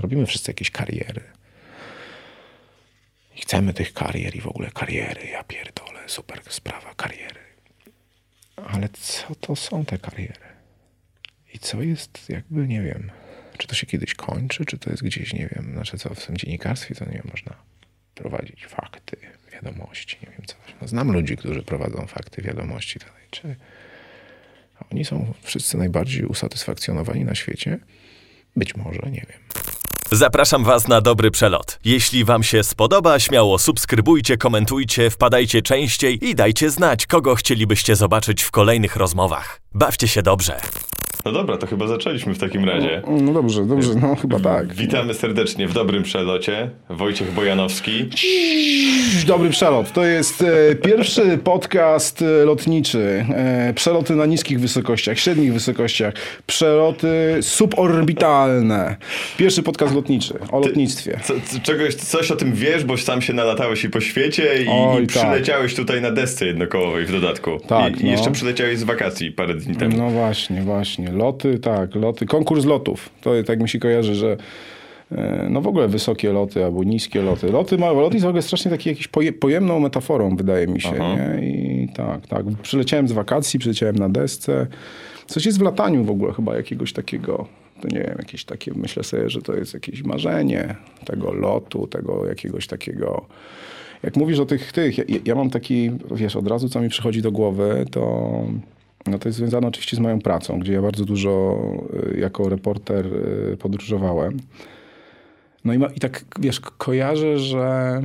Robimy wszyscy jakieś kariery. I chcemy tych karier i w ogóle kariery. Ja pierdolę, super sprawa, kariery. Ale co to są te kariery? I co jest jakby, nie wiem, czy to się kiedyś kończy, czy to jest gdzieś, nie wiem, znaczy co, w tym dziennikarstwie to nie wiem, można prowadzić fakty, wiadomości, nie wiem co. No, znam ludzi, którzy prowadzą fakty, wiadomości dalej. Czy oni są wszyscy najbardziej usatysfakcjonowani na świecie? Być może, nie wiem. Zapraszam Was na dobry przelot. Jeśli Wam się spodoba, śmiało subskrybujcie, komentujcie, wpadajcie częściej i dajcie znać, kogo chcielibyście zobaczyć w kolejnych rozmowach. Bawcie się dobrze. No dobra, to chyba zaczęliśmy w takim razie. No dobrze, no chyba tak. Witamy serdecznie w dobrym przelocie. Wojciech Bojanowski. Dobry przelot. To jest pierwszy podcast lotniczy. Przeloty na niskich wysokościach, średnich wysokościach. Przeloty suborbitalne. Pierwszy podcast lotniczy o lotnictwie. Coś o tym wiesz, bo sam się nalatałeś i po świecie i przyleciałeś tutaj na desce jednokołowej w dodatku. Tak, I jeszcze przyleciałeś z wakacji parę dni temu. No właśnie. Loty. Konkurs lotów. To tak mi się kojarzy, że no w ogóle wysokie loty albo niskie loty. Lot jest w ogóle strasznie taki jakiś pojemną metaforą, wydaje mi się. Nie? I tak. Przyleciałem z wakacji, przyleciałem na desce. Coś jest w lataniu w ogóle chyba jakiegoś takiego, to nie wiem, jakieś takie, myślę sobie, że to jest jakieś marzenie tego lotu, tego jakiegoś takiego. Jak mówisz o tych, ja mam taki, wiesz, od razu co mi przychodzi do głowy, to jest związane oczywiście z moją pracą, gdzie ja bardzo dużo jako reporter podróżowałem. No i tak, wiesz, kojarzę, że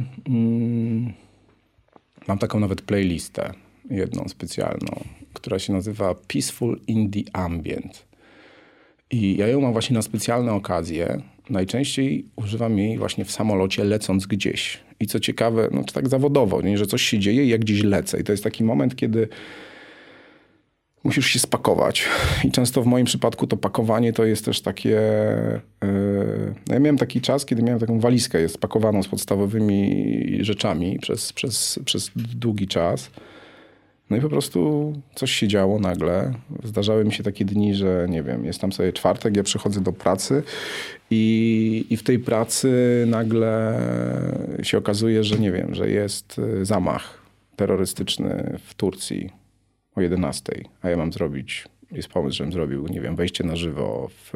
mam taką nawet playlistę, jedną specjalną, która się nazywa Peaceful Indie Ambient. I ja ją mam właśnie na specjalne okazje. Najczęściej używam jej właśnie w samolocie, lecąc gdzieś. I co ciekawe, no tak zawodowo, nie, że coś się dzieje i ja gdzieś lecę. I to jest taki moment, kiedy musisz się spakować. I często w moim przypadku to pakowanie to jest też takie... ja miałem taki czas, kiedy miałem taką walizkę spakowaną z podstawowymi rzeczami przez długi czas. No i po prostu coś się działo nagle. Zdarzały mi się takie dni, że nie wiem, jest tam sobie czwartek, ja przychodzę do pracy i w tej pracy nagle się okazuje, że nie wiem, że jest zamach terrorystyczny w Turcji o 11:00, a ja mam zrobić, jest pomysł, żebym zrobił, nie wiem, wejście na żywo w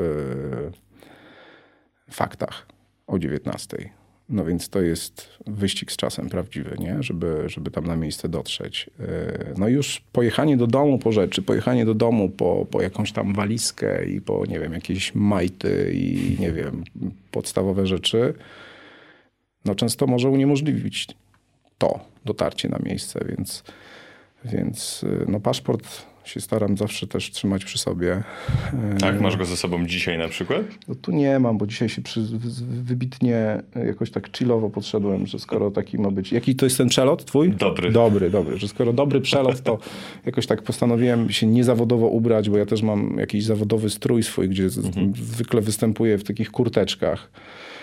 faktach o 19:00. No więc to jest wyścig z czasem prawdziwy, nie? Żeby tam na miejsce dotrzeć. No i już pojechanie do domu po rzeczy, pojechanie do domu po jakąś tam walizkę i po, nie wiem, jakieś majty i, nie wiem, podstawowe rzeczy, no często może uniemożliwić to dotarcie na miejsce, więc no paszport się staram zawsze też trzymać przy sobie. Tak? Masz go ze sobą dzisiaj na przykład? No tu nie mam, bo dzisiaj się wybitnie jakoś tak chillowo podszedłem, że skoro taki ma być... Jaki to jest ten przelot twój? Dobry. Że skoro dobry przelot, to jakoś tak postanowiłem się niezawodowo ubrać, bo ja też mam jakiś zawodowy strój swój, gdzie zwykle występuję w takich kurteczkach.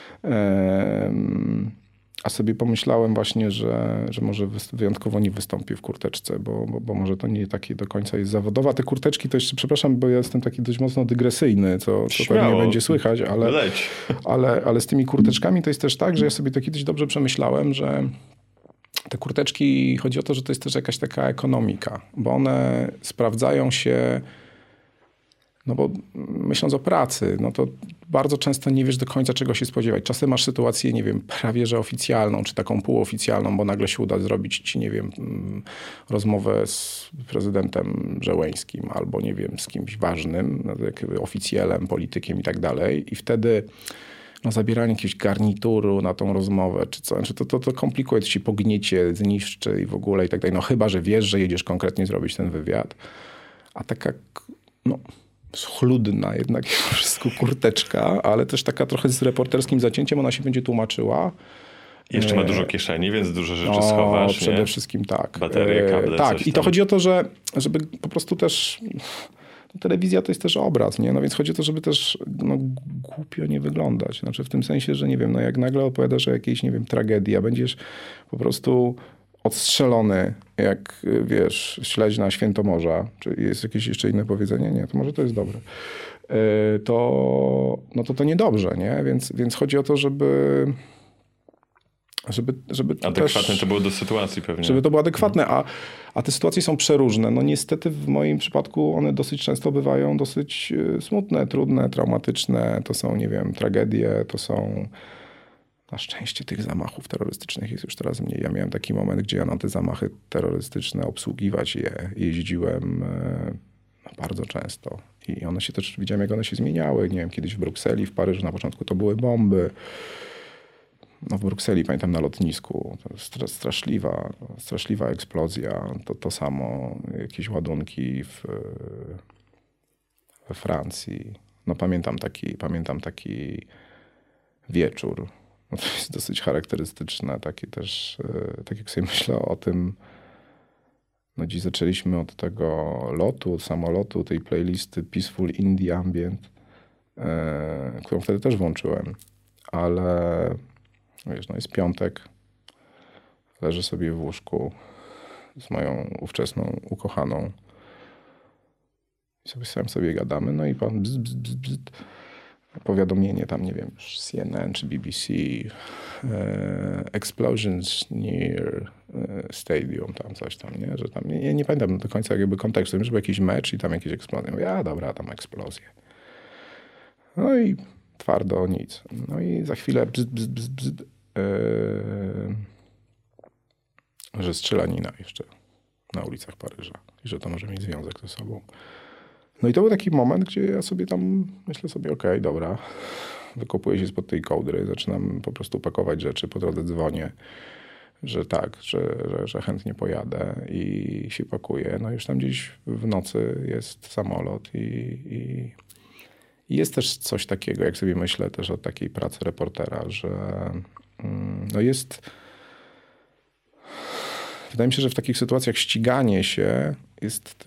A sobie pomyślałem właśnie, że może wyjątkowo nie wystąpię w kurteczce, bo może to nie takie do końca jest zawodowe. A te kurteczki to jeszcze, przepraszam, bo ja jestem taki dość mocno dygresyjny, co pewnie będzie słychać, ale z tymi kurteczkami to jest też tak, że ja sobie to kiedyś dobrze przemyślałem, że te kurteczki, chodzi o to, że to jest też jakaś taka ekonomika, bo one sprawdzają się. No bo myśląc o pracy, no to bardzo często nie wiesz do końca, czego się spodziewać. Czasem masz sytuację, nie wiem, prawie że oficjalną, czy taką półoficjalną, bo nagle się uda zrobić ci, nie wiem, rozmowę z prezydentem Żeleńskim albo, nie wiem, z kimś ważnym, jakby oficjelem, politykiem i tak dalej. I wtedy no, zabieranie jakiegoś garnituru na tą rozmowę, czy co, znaczy to komplikuje, to ci pogniecie, zniszczy i w ogóle i tak dalej. No chyba, że wiesz, że jedziesz konkretnie zrobić ten wywiad. A taka, no... schludna jednak wszystko kurteczka, ale też taka trochę z reporterskim zacięciem, ona się będzie tłumaczyła. Jeszcze ma dużo kieszeni, więc dużo rzeczy schowasz, przede wszystkim tak. Baterie, kable, tak, i to chodzi o to, żeby po prostu też... Telewizja to jest też obraz, nie? No więc chodzi o to, żeby też głupio nie wyglądać. Znaczy w tym sensie, że nie wiem, no jak nagle opowiadasz o jakiejś, nie wiem, tragedii, a będziesz po prostu odstrzelony, jak wiesz, śledź na Świętomorza, czy jest jakieś jeszcze inne powiedzenie? Nie, to może to jest dobre. To niedobrze, nie? Więc chodzi o to, żeby adekwatne też, to było do sytuacji pewnie. Żeby to było adekwatne, a te sytuacje są przeróżne. No niestety w moim przypadku one dosyć często bywają dosyć smutne, trudne, traumatyczne. To są, nie wiem, tragedie, to są... Na szczęście tych zamachów terrorystycznych jest już teraz mniej. Ja miałem taki moment, gdzie ja na te zamachy terrorystyczne obsługiwać je jeździłem bardzo często. I one się też, widziałem jak one się zmieniały. Nie wiem, kiedyś w Brukseli, w Paryżu na początku to były bomby. No w Brukseli, pamiętam, na lotnisku, straszliwa eksplozja. To samo, jakieś ładunki we Francji. No pamiętam taki wieczór. No to jest dosyć charakterystyczne, takie też, tak jak sobie myślę o tym, no dziś zaczęliśmy od tego samolotu, tej playlisty Peaceful Indie Ambient, którą wtedy też włączyłem, ale wiesz, no jest piątek, leżę sobie w łóżku z moją ówczesną ukochaną i sam sobie gadamy, no i pan bzz. Powiadomienie tam, nie wiem, CNN czy BBC, explosions near stadium, tam coś tam, nie? Że tam, nie pamiętam do końca jakby kontekstu, że był jakiś mecz i tam jakieś eksplozje. Mówię, dobra, tam eksplozje. No i twardo nic. No i za chwilę że strzelanina jeszcze na ulicach Paryża i że to może mieć związek ze sobą. No i to był taki moment, gdzie ja sobie tam myślę sobie, okej, dobra, wykopuję się spod tej kołdry, zaczynam po prostu pakować rzeczy, po drodze dzwonię, że tak, że chętnie pojadę i się pakuję. No już tam gdzieś w nocy jest samolot i jest też coś takiego, jak sobie myślę też o takiej pracy reportera, że no jest... Wydaje mi się, że w takich sytuacjach ściganie się jest...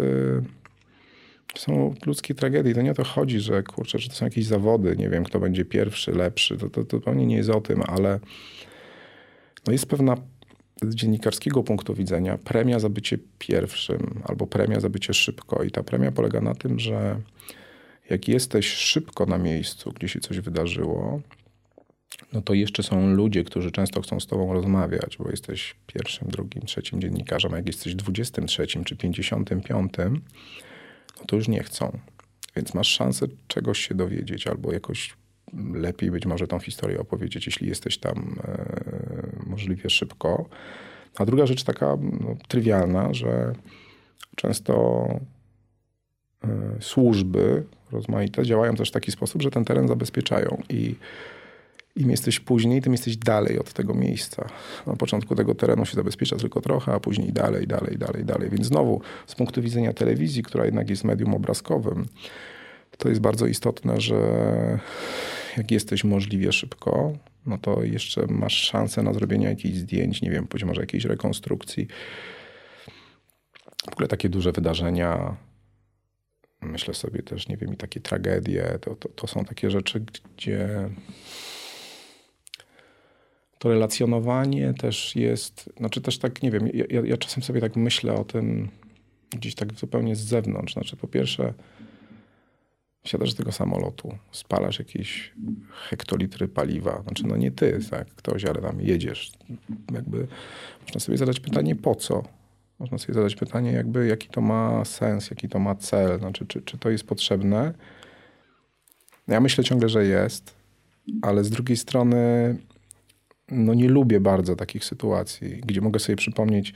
Są ludzkie tragedie. To nie o to chodzi, że kurczę, że to są jakieś zawody, nie wiem, kto będzie pierwszy, lepszy. To zupełnie nie jest o tym, ale no jest pewna z dziennikarskiego punktu widzenia premia za bycie pierwszym albo premia za bycie szybko. I ta premia polega na tym, że jak jesteś szybko na miejscu, gdzie się coś wydarzyło, no to jeszcze są ludzie, którzy często chcą z tobą rozmawiać, bo jesteś pierwszym, drugim, trzecim dziennikarzem, a jak jesteś 23 czy 55, no to już nie chcą. Więc masz szansę czegoś się dowiedzieć albo jakoś lepiej być może tą historię opowiedzieć, jeśli jesteś tam możliwie szybko. A druga rzecz taka trywialna, że często służby rozmaite działają też w taki sposób, że ten teren zabezpieczają i im jesteś później, tym jesteś dalej od tego miejsca. Na początku tego terenu się zabezpiecza tylko trochę, a później dalej. Więc znowu z punktu widzenia telewizji, która jednak jest medium obrazkowym, to jest bardzo istotne, że jak jesteś możliwie szybko, no to jeszcze masz szansę na zrobienie jakichś zdjęć, nie wiem, być może jakiejś rekonstrukcji. W ogóle takie duże wydarzenia, myślę sobie też, nie wiem, i takie tragedie, to są takie rzeczy, gdzie to relacjonowanie też jest, znaczy też tak, nie wiem, ja czasem sobie tak myślę o tym gdzieś tak zupełnie z zewnątrz. Znaczy po pierwsze wsiadasz z tego samolotu, spalasz jakieś hektolitry paliwa. Znaczy no nie ty, tak, ktoś, ale tam jedziesz. Jakby można sobie zadać pytanie po co? Można sobie zadać pytanie jakby jaki to ma sens, jaki to ma cel. Znaczy czy to jest potrzebne? Ja myślę ciągle, że jest, ale z drugiej strony no nie lubię bardzo takich sytuacji, gdzie mogę sobie przypomnieć.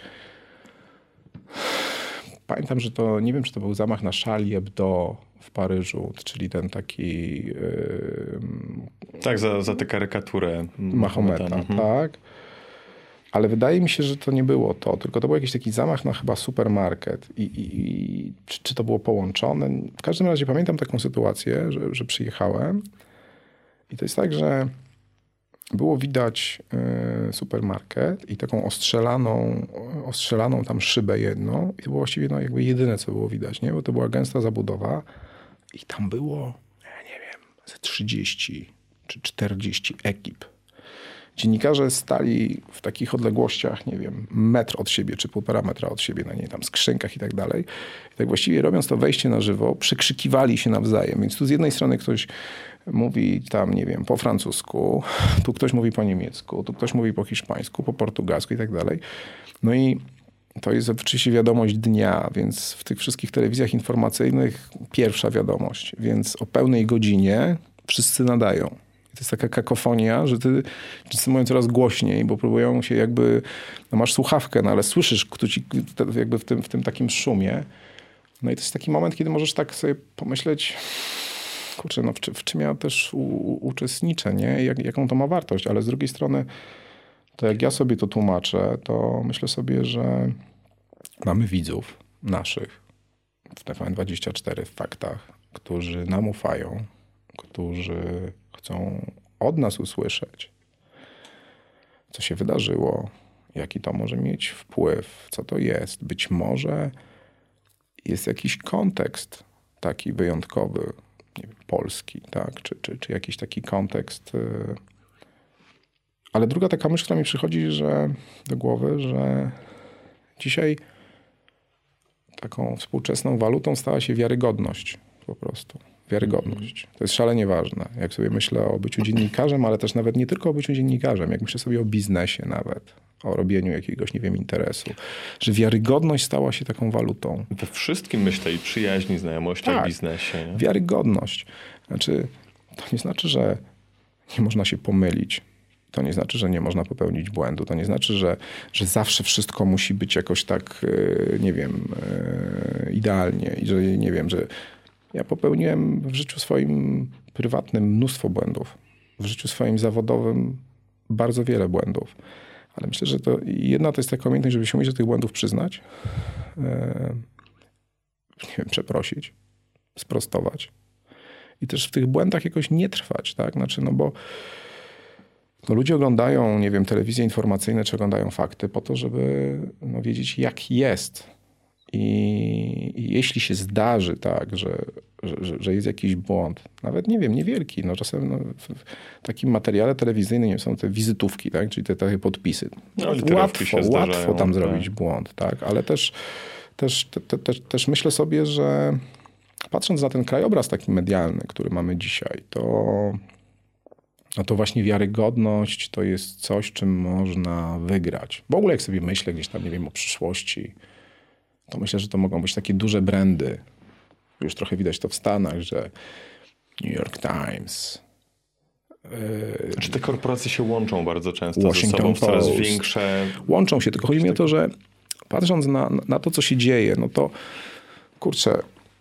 Pamiętam, że to, nie wiem, czy to był zamach na Charlie Hebdo w Paryżu, czyli ten taki... Tak, za tę karykaturę Mahometa, tak. Ale wydaje mi się, że to nie było to, tylko to był jakiś taki zamach na chyba supermarket. Czy to było połączone? W każdym razie pamiętam taką sytuację, że przyjechałem i to jest tak, że było widać supermarket i taką ostrzelaną tam szybę jedną. I to było właściwie no, jakby jedyne, co było widać, nie? Bo to była gęsta zabudowa i tam było, ja nie wiem, ze 30 czy 40 ekip. dziennikarze stali w takich odległościach, nie wiem, metr od siebie, czy 1,5 metra od siebie, na tam skrzynkach i tak dalej. I tak właściwie robiąc to wejście na żywo, przekrzykiwali się nawzajem. Więc tu z jednej strony ktoś mówi tam, nie wiem, po francusku, tu ktoś mówi po niemiecku, tu ktoś mówi po hiszpańsku, po portugalsku i tak dalej. No i to jest oczywiście wiadomość dnia, więc w tych wszystkich telewizjach informacyjnych pierwsza wiadomość. Więc o pełnej godzinie wszyscy nadają. To jest taka kakofonia, że ty wszyscy mówią coraz głośniej, bo próbują się jakby, no masz słuchawkę, no ale słyszysz kto ci jakby w tym takim szumie. No i to jest taki moment, kiedy możesz tak sobie pomyśleć, kurczę, no w czym ja też uczestniczę, nie? Jaką to ma wartość, ale z drugiej strony to jak ja sobie to tłumaczę, to myślę sobie, że mamy widzów naszych w TVN24 w faktach, którzy nam ufają, którzy chcą od nas usłyszeć, co się wydarzyło, jaki to może mieć wpływ, co to jest. Być może jest jakiś kontekst taki wyjątkowy, nie wiem, polski, tak? Czy jakiś taki kontekst. Ale druga taka myśl, która mi przychodzi do głowy, że dzisiaj taką współczesną walutą stała się wiarygodność po prostu. Wiarygodność. To jest szalenie ważne. Jak sobie myślę o byciu dziennikarzem, ale też nawet nie tylko o byciu dziennikarzem, jak myślę sobie o biznesie nawet, o robieniu jakiegoś, nie wiem, interesu, że wiarygodność stała się taką walutą. We wszystkim myślę i przyjaźni, znajomościach, biznesie. Nie? Wiarygodność. Znaczy, to nie znaczy, że nie można się pomylić. To nie znaczy, że nie można popełnić błędu. To nie znaczy, że zawsze wszystko musi być jakoś tak, nie wiem, idealnie i że, nie wiem, że ja popełniłem w życiu swoim prywatnym mnóstwo błędów. W życiu swoim zawodowym bardzo wiele błędów. Ale myślę, że to jedna to jest taka umiejętność, żeby się umieć do tych błędów przyznać, nie wiem, przeprosić, sprostować. I też w tych błędach jakoś nie trwać, tak? Znaczy, no bo ludzie oglądają, nie wiem, telewizje informacyjne, czy oglądają fakty po to, żeby wiedzieć, jak jest. I jeśli się zdarzy tak, że jest jakiś błąd, nawet nie wiem, niewielki, no czasem w takim materiale telewizyjnym są te wizytówki, tak, czyli te takie podpisy. No, łatwo tam zrobić błąd, tak, ale też myślę sobie, że patrząc na ten krajobraz taki medialny, który mamy dzisiaj, to właśnie wiarygodność to jest coś, czym można wygrać. W ogóle jak sobie myślę gdzieś tam, nie wiem, o przyszłości, to myślę, że to mogą być takie duże brandy. Już trochę widać to w Stanach, że New York Times. Czy te korporacje się łączą bardzo często Washington ze sobą w coraz Post. większe... Łączą się, tylko chodzi mi o to, że patrząc na to, co się dzieje, no to kurczę,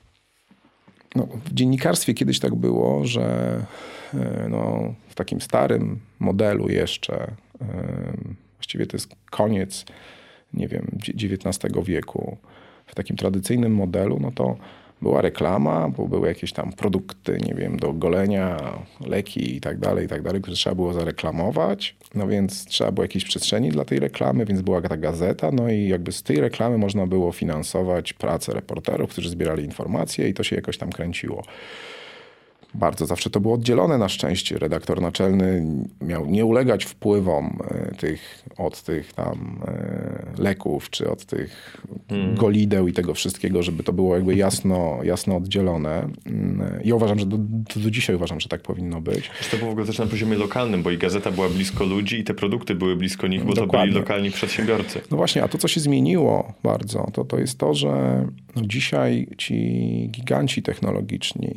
no, w dziennikarstwie kiedyś tak było, że no, w takim starym modelu jeszcze, właściwie to jest koniec, nie wiem, XIX wieku, w takim tradycyjnym modelu, no to była reklama, bo były jakieś tam produkty, nie wiem, do golenia, leki i tak dalej, które trzeba było zareklamować. No więc trzeba było jakiejś przestrzeni dla tej reklamy, więc była ta gazeta, no i jakby z tej reklamy można było finansować pracę reporterów, którzy zbierali informacje i to się jakoś tam kręciło. Bardzo zawsze to było oddzielone na szczęście. Redaktor naczelny miał nie ulegać wpływom od tych tam leków, czy od tych golideł i tego wszystkiego, żeby to było jakby jasno oddzielone. I uważam, że do dzisiaj uważam, że tak powinno być. To było w ogóle też na poziomie lokalnym, bo i gazeta była blisko ludzi i te produkty były blisko nich, bo Dokładnie. To byli lokalni przedsiębiorcy. No właśnie, a to, co się zmieniło bardzo, to jest to, że dzisiaj ci giganci technologiczni,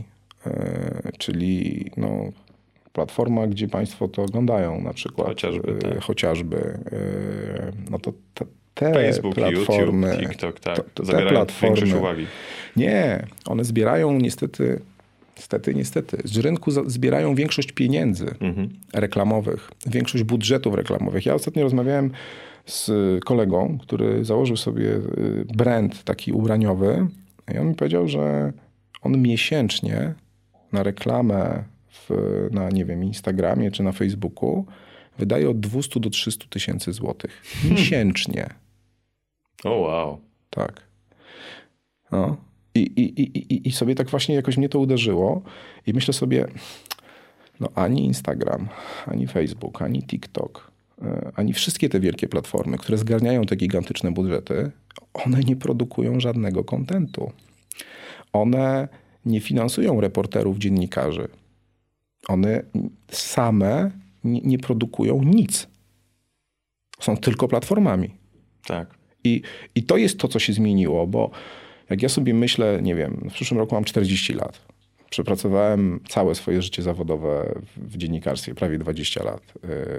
czyli no, platforma, gdzie państwo to oglądają na przykład. Chociażby. No to te Facebook, platformy, YouTube, TikTok, tak. Zabierają większość uwagi. Nie, one zbierają niestety, z rynku zbierają większość pieniędzy reklamowych, większość budżetów reklamowych. Ja ostatnio rozmawiałem z kolegą, który założył sobie brand taki ubraniowy i on mi powiedział, że on miesięcznie na reklamę na, nie wiem, Instagramie czy na Facebooku wydaje od 200 do 300 tysięcy złotych. Miesięcznie. O wow. Tak. No. I sobie tak właśnie jakoś mnie to uderzyło i myślę sobie, No ani Instagram, ani Facebook, ani TikTok, ani wszystkie te wielkie platformy, które zgarniają te gigantyczne budżety, one nie produkują żadnego kontentu. One nie finansują reporterów, dziennikarzy. One same nie produkują nic. Są tylko platformami. Tak. I to jest to, co się zmieniło, bo jak ja sobie myślę, nie wiem, w przyszłym roku mam 40 lat. Przepracowałem całe swoje życie zawodowe w dziennikarstwie, prawie 20 lat.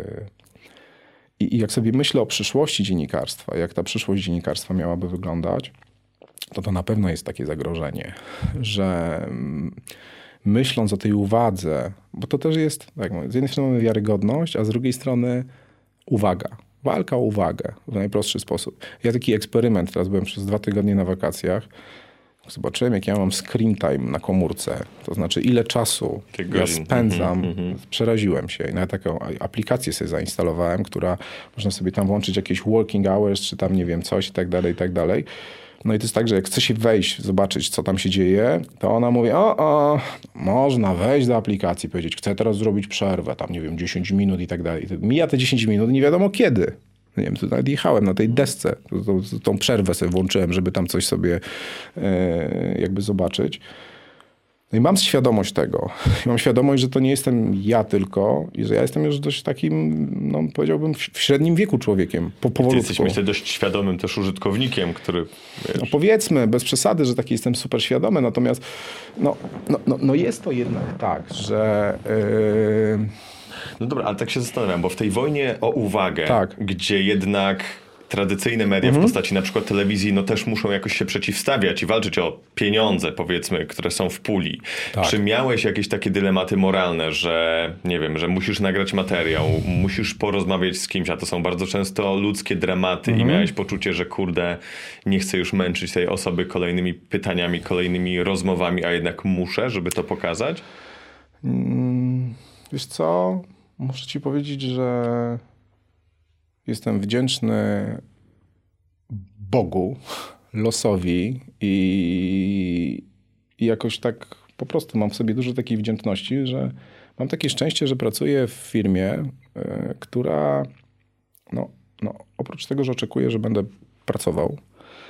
I jak sobie myślę o przyszłości dziennikarstwa, jak ta przyszłość dziennikarstwa miałaby wyglądać, to na pewno jest takie zagrożenie, że myśląc o tej uwadze, bo to też jest, tak mówię, z jednej strony wiarygodność, a z drugiej strony uwaga. Walka o uwagę w najprostszy sposób. Ja taki eksperyment, teraz byłem przez 2 tygodnie na wakacjach, zobaczyłem, jak ja mam screen time na komórce, to znaczy ile czasu ja spędzam, przeraziłem się i nawet taką aplikację sobie zainstalowałem, która można sobie tam włączyć jakieś working hours, czy tam nie wiem coś i tak dalej, i tak dalej. No i to jest tak, że jak chce się wejść, zobaczyć, co tam się dzieje, to ona mówi, można wejść do aplikacji, powiedzieć, chcę teraz zrobić przerwę, tam nie wiem, 10 minut i tak dalej. Mija te 10 minut, nie wiadomo kiedy. Nie wiem, tu nawet jechałem na tej desce, tą przerwę sobie włączyłem, żeby tam coś sobie jakby zobaczyć. No i mam świadomość tego. Mam świadomość, że to nie jestem ja tylko i że ja jestem już dość takim, no powiedziałbym, w średnim wieku człowiekiem. Powolutku. Ty jesteś, myślę, dość świadomym też użytkownikiem, który... Wiesz... No powiedzmy, bez przesady, że taki jestem super świadomy, natomiast no jest to jednak tak, że... No dobra, ale tak się zastanawiam, bo w tej wojnie o uwagę, tak, gdzie jednak tradycyjne media w postaci na przykład telewizji, no też muszą jakoś się przeciwstawiać i walczyć o pieniądze, powiedzmy, które są w puli. Tak. Czy miałeś jakieś takie dylematy moralne, że nie wiem, że musisz nagrać materiał, musisz porozmawiać z kimś, a to są bardzo często ludzkie dramaty i miałeś poczucie, że kurde, nie chcę już męczyć tej osoby kolejnymi pytaniami, kolejnymi rozmowami, a jednak muszę, żeby to pokazać? Wiesz co? Muszę ci powiedzieć, że jestem wdzięczny Bogu, losowi i jakoś tak po prostu mam w sobie dużo takiej wdzięczności, że mam takie szczęście, że pracuję w firmie, która oprócz tego, że oczekuję, że będę pracował,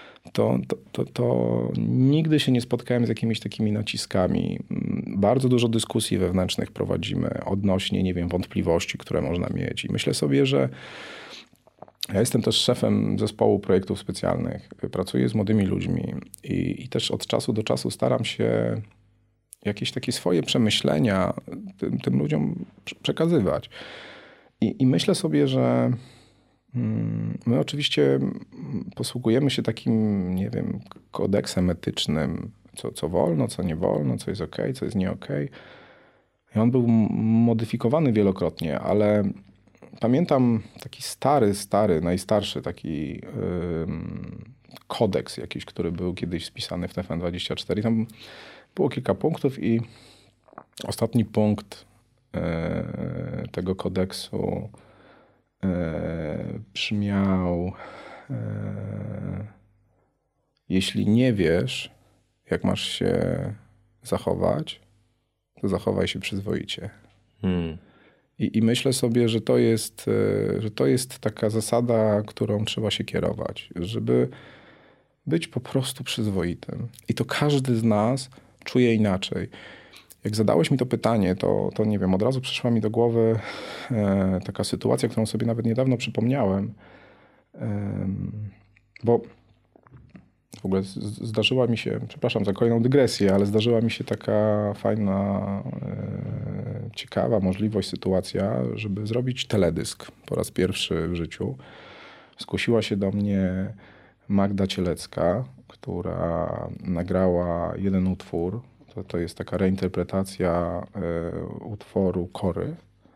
to nigdy się nie spotkałem z jakimiś takimi naciskami. Bardzo dużo dyskusji wewnętrznych prowadzimy odnośnie, nie wiem, wątpliwości, które można mieć. I myślę sobie, że ja jestem też szefem zespołu projektów specjalnych. Pracuję z młodymi ludźmi i też od czasu do czasu staram się jakieś takie swoje przemyślenia tym ludziom przekazywać. I myślę sobie, że my oczywiście posługujemy się takim, nie wiem, kodeksem etycznym, co wolno, co nie wolno, co jest okej, co jest nie okej. I on był modyfikowany wielokrotnie, ale pamiętam taki stary, najstarszy taki kodeks jakiś, który był kiedyś spisany w TFN24. Tam było kilka punktów i ostatni punkt tego kodeksu brzmiał: jeśli nie wiesz, jak masz się zachować, to zachowaj się przyzwoicie. I myślę sobie, że to jest taka zasada, którą trzeba się kierować, żeby być po prostu przyzwoitym. I to każdy z nas czuje inaczej. Jak zadałeś mi to pytanie, to nie wiem, od razu przyszła mi do głowy taka sytuacja, którą sobie nawet niedawno przypomniałem. Bo w ogóle zdarzyła mi się, przepraszam za kolejną dygresję, ale zdarzyła mi się taka fajna, ciekawa możliwość, sytuacja, żeby zrobić teledysk po raz pierwszy w życiu. Zgłosiła się do mnie Magda Cielecka, która nagrała jeden utwór. To jest taka reinterpretacja utworu Kory.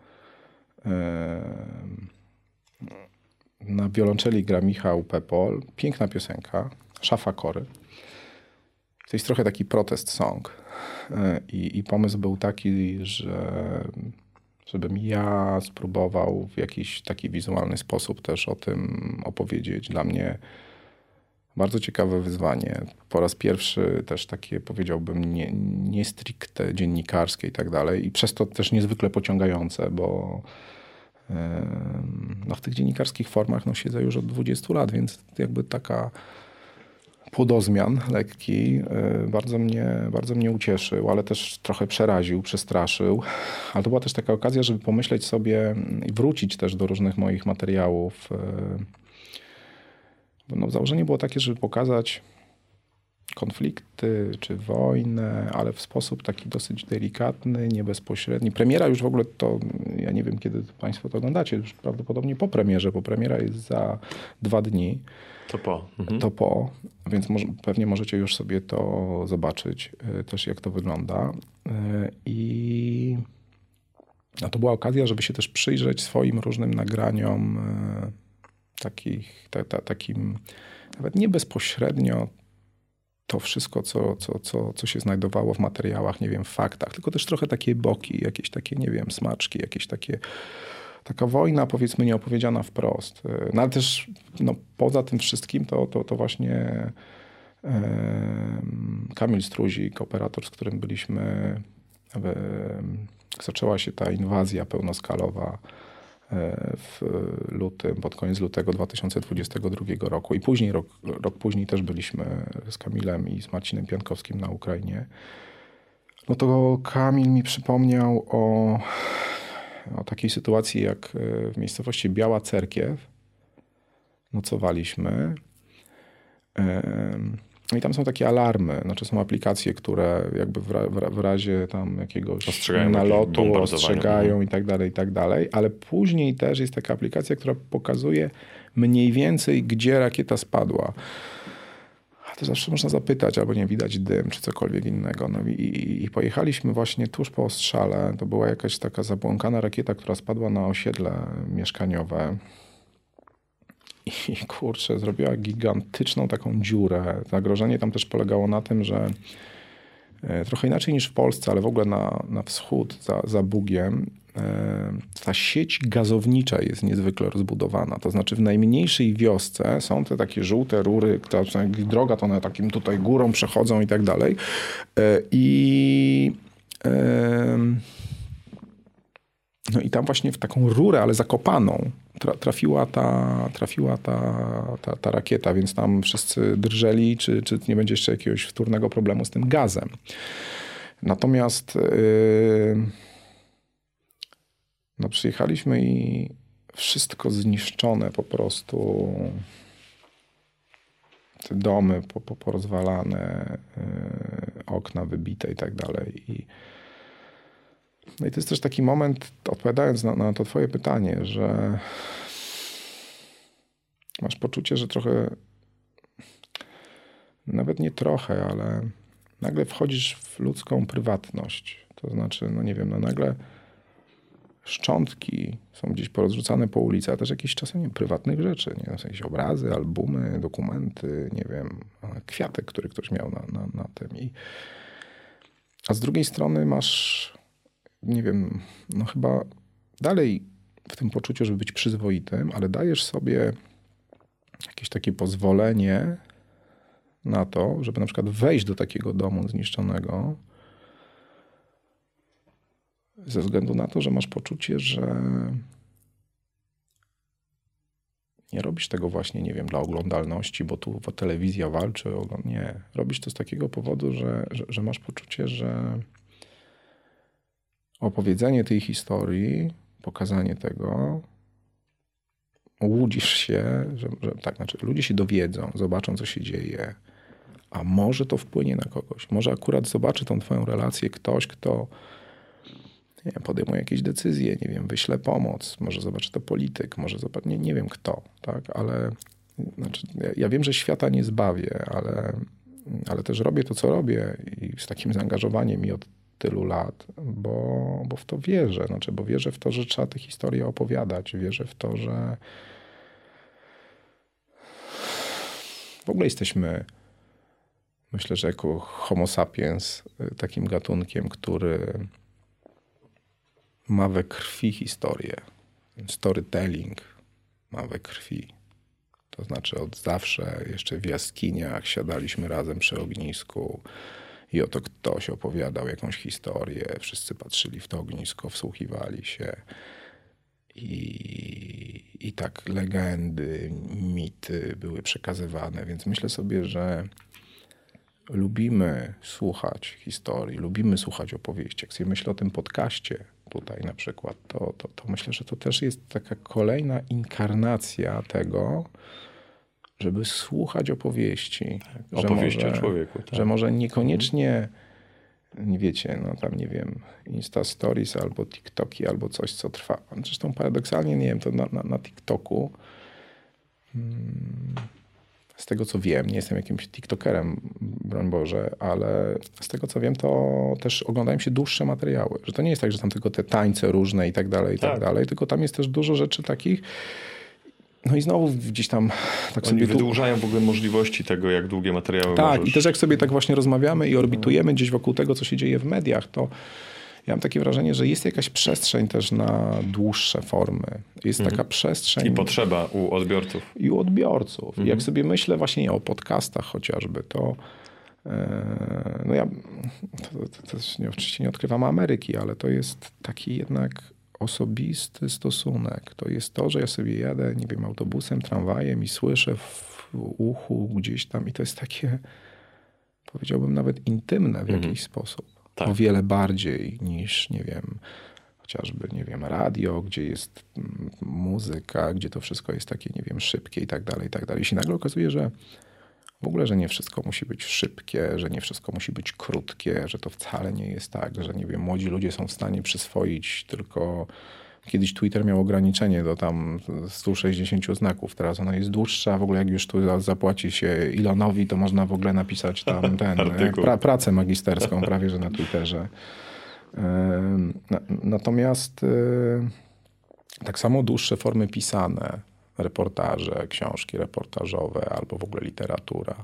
Na wiolonczeli gra Michał Pepol. Piękna piosenka. Szafa Kory. To jest trochę taki protest song. I pomysł był taki, żebym ja spróbował w jakiś taki wizualny sposób też o tym opowiedzieć. Dla mnie Bardzo ciekawe wyzwanie. Po raz pierwszy też takie, powiedziałbym, nie stricte dziennikarskie i tak dalej. I przez to też niezwykle pociągające, bo w tych dziennikarskich formach siedzę już od 20 lat, więc jakby taka płodozmian lekki bardzo mnie ucieszył, ale też trochę przeraził, przestraszył. Ale to była też taka okazja, żeby pomyśleć sobie i wrócić też do różnych moich materiałów. Założenie było takie, żeby pokazać konflikty czy wojnę, ale w sposób taki dosyć delikatny, niebezpośredni. Premiera już w ogóle to, ja nie wiem kiedy Państwo to oglądacie, już prawdopodobnie po premierze, bo premiera jest za 2 dni. To po, więc pewnie możecie już sobie to zobaczyć też, jak to wygląda. A to była okazja, żeby się też przyjrzeć swoim różnym nagraniom, takim nawet nie bezpośrednio to wszystko, co się znajdowało w materiałach, nie wiem, w faktach, tylko też trochę takie boki, jakieś takie, nie wiem, smaczki, jakieś takie, taka wojna, powiedzmy, nieopowiedziana wprost. No ale też poza tym wszystkim to właśnie Kamil Struzik, operator, z którym byliśmy, zaczęła się ta inwazja pełnoskalowa w lutym, pod koniec lutego 2022 roku i później, rok później też byliśmy z Kamilem i z Marcinem Piankowskim na Ukrainie. No to Kamil mi przypomniał o takiej sytuacji, jak w miejscowości Biała Cerkiew nocowaliśmy. I tam są takie alarmy, znaczy są aplikacje, które jakby w razie tam jakiegoś nalotu ostrzegają i tak dalej, ale później też jest taka aplikacja, która pokazuje mniej więcej, gdzie rakieta spadła. A to zawsze można zapytać, albo nie widać dym, czy cokolwiek innego. I pojechaliśmy właśnie tuż po ostrzale. To była jakaś taka zabłąkana rakieta, która spadła na osiedle mieszkaniowe. I kurczę, zrobiła gigantyczną taką dziurę. Zagrożenie tam też polegało na tym, że trochę inaczej niż w Polsce, ale w ogóle na wschód, za Bugiem, ta sieć gazownicza jest niezwykle rozbudowana. To znaczy w najmniejszej wiosce są te takie żółte rury, droga to one takim tutaj górą przechodzą i tak dalej. No i tam właśnie w taką rurę, ale zakopaną, trafiła ta rakieta, więc tam wszyscy drżeli, czy nie będzie jeszcze jakiegoś wtórnego problemu z tym gazem. Natomiast przyjechaliśmy i wszystko zniszczone po prostu. Te domy porozwalane, okna wybite i tak dalej. No i to jest też taki moment, odpowiadając na to twoje pytanie, że masz poczucie, że trochę, nawet nie trochę, ale nagle wchodzisz w ludzką prywatność. To znaczy, nagle szczątki są gdzieś porozrzucane po ulicy, a też jakieś czasem prywatnych rzeczy. Są jakieś obrazy, albumy, dokumenty, kwiatek, który ktoś miał na tym. A z drugiej strony masz, chyba dalej w tym poczuciu, żeby być przyzwoitym, ale dajesz sobie jakieś takie pozwolenie na to, żeby na przykład wejść do takiego domu zniszczonego ze względu na to, że masz poczucie, że nie robisz tego właśnie, dla oglądalności, bo tu telewizja walczy. Nie. Robisz to z takiego powodu, że masz poczucie, że opowiedzenie tej historii, pokazanie tego, łudzisz się, że ludzie się dowiedzą, zobaczą, co się dzieje, a może to wpłynie na kogoś. Może akurat zobaczy tą twoją relację ktoś, kto podejmuje jakieś decyzje, wyśle pomoc, może zobaczy to polityk, może zobaczy, nie wiem kto, tak, ale ja wiem, że świata nie zbawię, ale też robię to, co robię i z takim zaangażowaniem i od tylu lat, bo w to wierzę, bo wierzę w to, że trzeba tę historię opowiadać, wierzę w to, że w ogóle jesteśmy, myślę, że jako homo sapiens takim gatunkiem, który ma we krwi historię. Storytelling ma we krwi. To znaczy od zawsze, jeszcze w jaskiniach siadaliśmy razem przy ognisku i oto ktoś opowiadał jakąś historię. Wszyscy patrzyli w to ognisko, wsłuchiwali się. I tak legendy, mity były przekazywane. Więc myślę sobie, że lubimy słuchać historii, lubimy słuchać opowieści. Jak sobie myślę o tym podcaście tutaj na przykład, to myślę, że to też jest taka kolejna inkarnacja tego, żeby słuchać opowieści. Tak, opowieści o człowieku. Tak. Że może niekoniecznie, wiecie, no tam nie wiem, Insta Stories albo TikToki albo coś, co trwa. Zresztą paradoksalnie, nie wiem, to na TikToku z tego co wiem, nie jestem jakimś TikTokerem, broń Boże, ale z tego co wiem, to też oglądają się dłuższe materiały. Że to nie jest tak, że tam tylko te tańce różne i tak dalej, tylko tam jest też dużo rzeczy takich. No i znowu gdzieś tam tak Oni sobie wydłużają w ogóle możliwości tego, jak długie materiały tak, możesz... i też jak sobie tak właśnie rozmawiamy i orbitujemy gdzieś wokół tego, co się dzieje w mediach, to ja mam takie wrażenie, że jest jakaś przestrzeń też na dłuższe formy. Jest taka przestrzeń... I potrzeba u odbiorców. I u odbiorców. I jak sobie myślę właśnie o podcastach chociażby, to no ja to oczywiście nie odkrywam Ameryki, ale to jest taki jednak osobisty stosunek. To jest to, że ja sobie jadę, nie wiem, autobusem, tramwajem i słyszę w uchu gdzieś tam i to jest takie, powiedziałbym, nawet intymne w jakiś sposób. Tak. O wiele bardziej niż, nie wiem, chociażby, nie wiem, radio, gdzie jest muzyka, gdzie to wszystko jest takie, nie wiem, szybkie i tak dalej, i tak dalej. I się nagle okazuje, że w ogóle, że nie wszystko musi być szybkie, że nie wszystko musi być krótkie, że to wcale nie jest tak, że nie wiem, młodzi ludzie są w stanie przyswoić tylko... Kiedyś Twitter miał ograniczenie do tam 160 znaków, teraz ona jest dłuższa, w ogóle jak już tu zapłaci się Elonowi, to można w ogóle napisać tam pracę magisterską prawie, że na Twitterze. Natomiast tak samo dłuższe formy pisane, reportaże, książki reportażowe albo w ogóle literatura.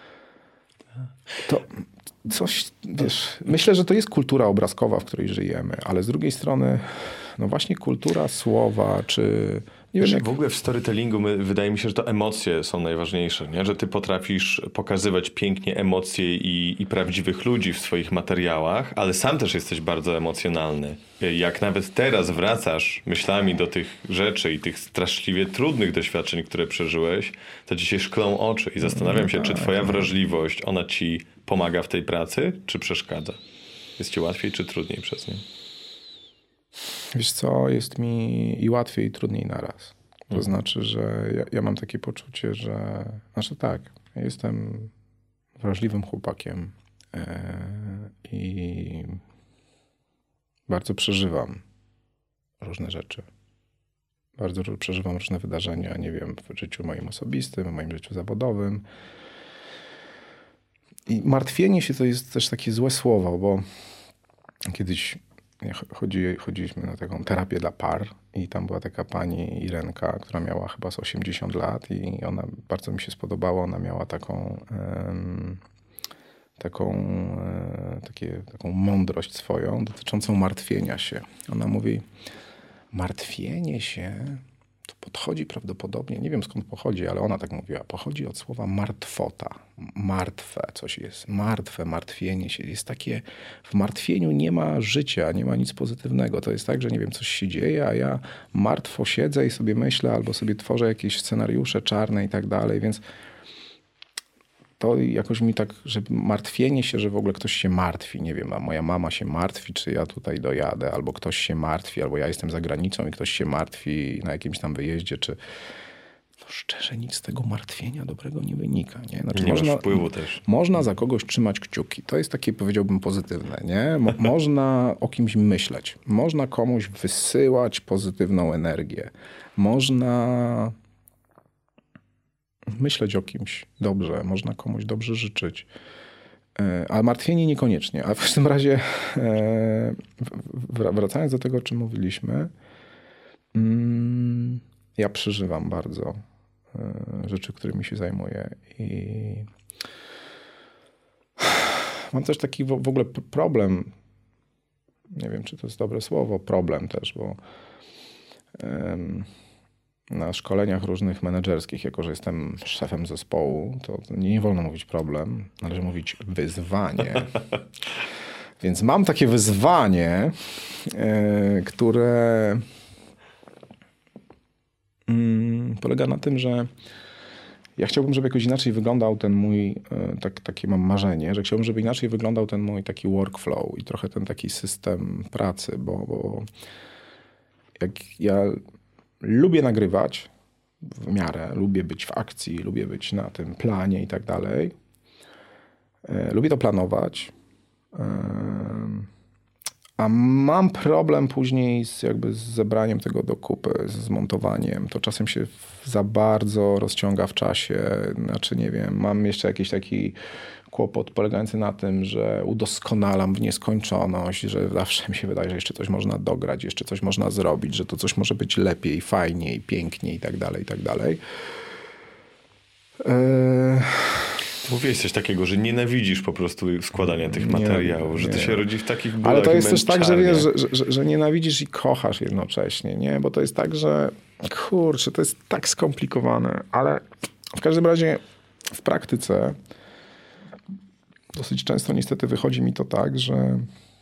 To coś, wiesz, myślę, że to jest kultura obrazkowa, w której żyjemy, ale z drugiej strony, no właśnie kultura słowa, czy... Nie wiem, W ogóle w storytellingu wydaje mi się, że to emocje są najważniejsze, nie? Że ty potrafisz pokazywać pięknie emocje i prawdziwych ludzi w swoich materiałach, ale sam też jesteś bardzo emocjonalny. Jak nawet teraz wracasz myślami do tych rzeczy i tych straszliwie trudnych doświadczeń, które przeżyłeś, to ci się szklą oczy i zastanawiam się, czy twoja wrażliwość, ona ci pomaga w tej pracy, czy przeszkadza? Jest ci łatwiej, czy trudniej przez nią? Wiesz co, jest mi i łatwiej, i trudniej naraz. To znaczy, że ja mam takie poczucie, że... Znaczy tak, ja jestem wrażliwym chłopakiem i bardzo przeżywam różne rzeczy. Bardzo przeżywam różne wydarzenia, nie wiem, w życiu moim osobistym, w moim życiu zawodowym. I martwienie się to jest też takie złe słowo, bo kiedyś chodziliśmy na taką terapię dla par i tam była taka pani Irenka, która miała chyba z 80 lat i ona bardzo mi się spodobała. Ona miała taką mądrość swoją dotyczącą martwienia się. Ona mówi, martwienie się to podchodzi prawdopodobnie, nie wiem skąd pochodzi, ale ona tak mówiła, pochodzi od słowa martwota. Martwe coś jest, martwe, martwienie się. Jest takie, w martwieniu nie ma życia, nie ma nic pozytywnego. To jest tak, że nie wiem, coś się dzieje, a ja martwo siedzę i sobie myślę, albo sobie tworzę jakieś scenariusze czarne i tak dalej, więc to jakoś mi tak, że martwienie się, że w ogóle ktoś się martwi, nie wiem, a moja mama się martwi, czy ja tutaj dojadę, albo ktoś się martwi, albo ja jestem za granicą i ktoś się martwi na jakimś tam wyjeździe, czy... No szczerze, nic z tego martwienia dobrego nie wynika, nie? Znaczy, nie masz wpływu też. Można za kogoś trzymać kciuki. To jest takie, powiedziałbym, pozytywne, nie? Można o kimś myśleć. Można komuś wysyłać pozytywną energię. Można... myśleć o kimś dobrze, można komuś dobrze życzyć. Ale martwienie niekoniecznie. Ale w każdym razie, wracając do tego, o czym mówiliśmy, ja przeżywam bardzo rzeczy, którymi się zajmuję. I mam też taki w ogóle problem, nie wiem, czy to jest dobre słowo, problem też, bo na szkoleniach różnych menedżerskich, jako że jestem szefem zespołu, to nie wolno mówić problem, należy mówić wyzwanie. Więc mam takie wyzwanie, które polega na tym, że ja chciałbym, żeby jakoś inaczej wyglądał ten mój, takie mam marzenie, że chciałbym, żeby inaczej wyglądał ten mój taki workflow i trochę ten taki system pracy, bo jak ja lubię nagrywać w miarę, lubię być w akcji, lubię być na tym planie i tak dalej. Lubię to planować. A mam problem później z zebraniem tego do kupy, z zmontowaniem. To czasem się za bardzo rozciąga w czasie. Znaczy, nie wiem, mam jeszcze jakiś taki kłopot polegający na tym, że udoskonalam w nieskończoność, że zawsze mi się wydaje, że jeszcze coś można dograć, jeszcze coś można zrobić, że to coś może być lepiej, fajniej, piękniej i tak dalej, i tak dalej. Mówiłeś coś takiego, że nienawidzisz po prostu składania tych materiałów, że to się rodzi w takich bólach. Ale to jest też tak, że wiesz, że nienawidzisz i kochasz jednocześnie, nie? Bo to jest tak, że kurczę, to jest tak skomplikowane, ale w każdym razie w praktyce dosyć często niestety wychodzi mi to tak, że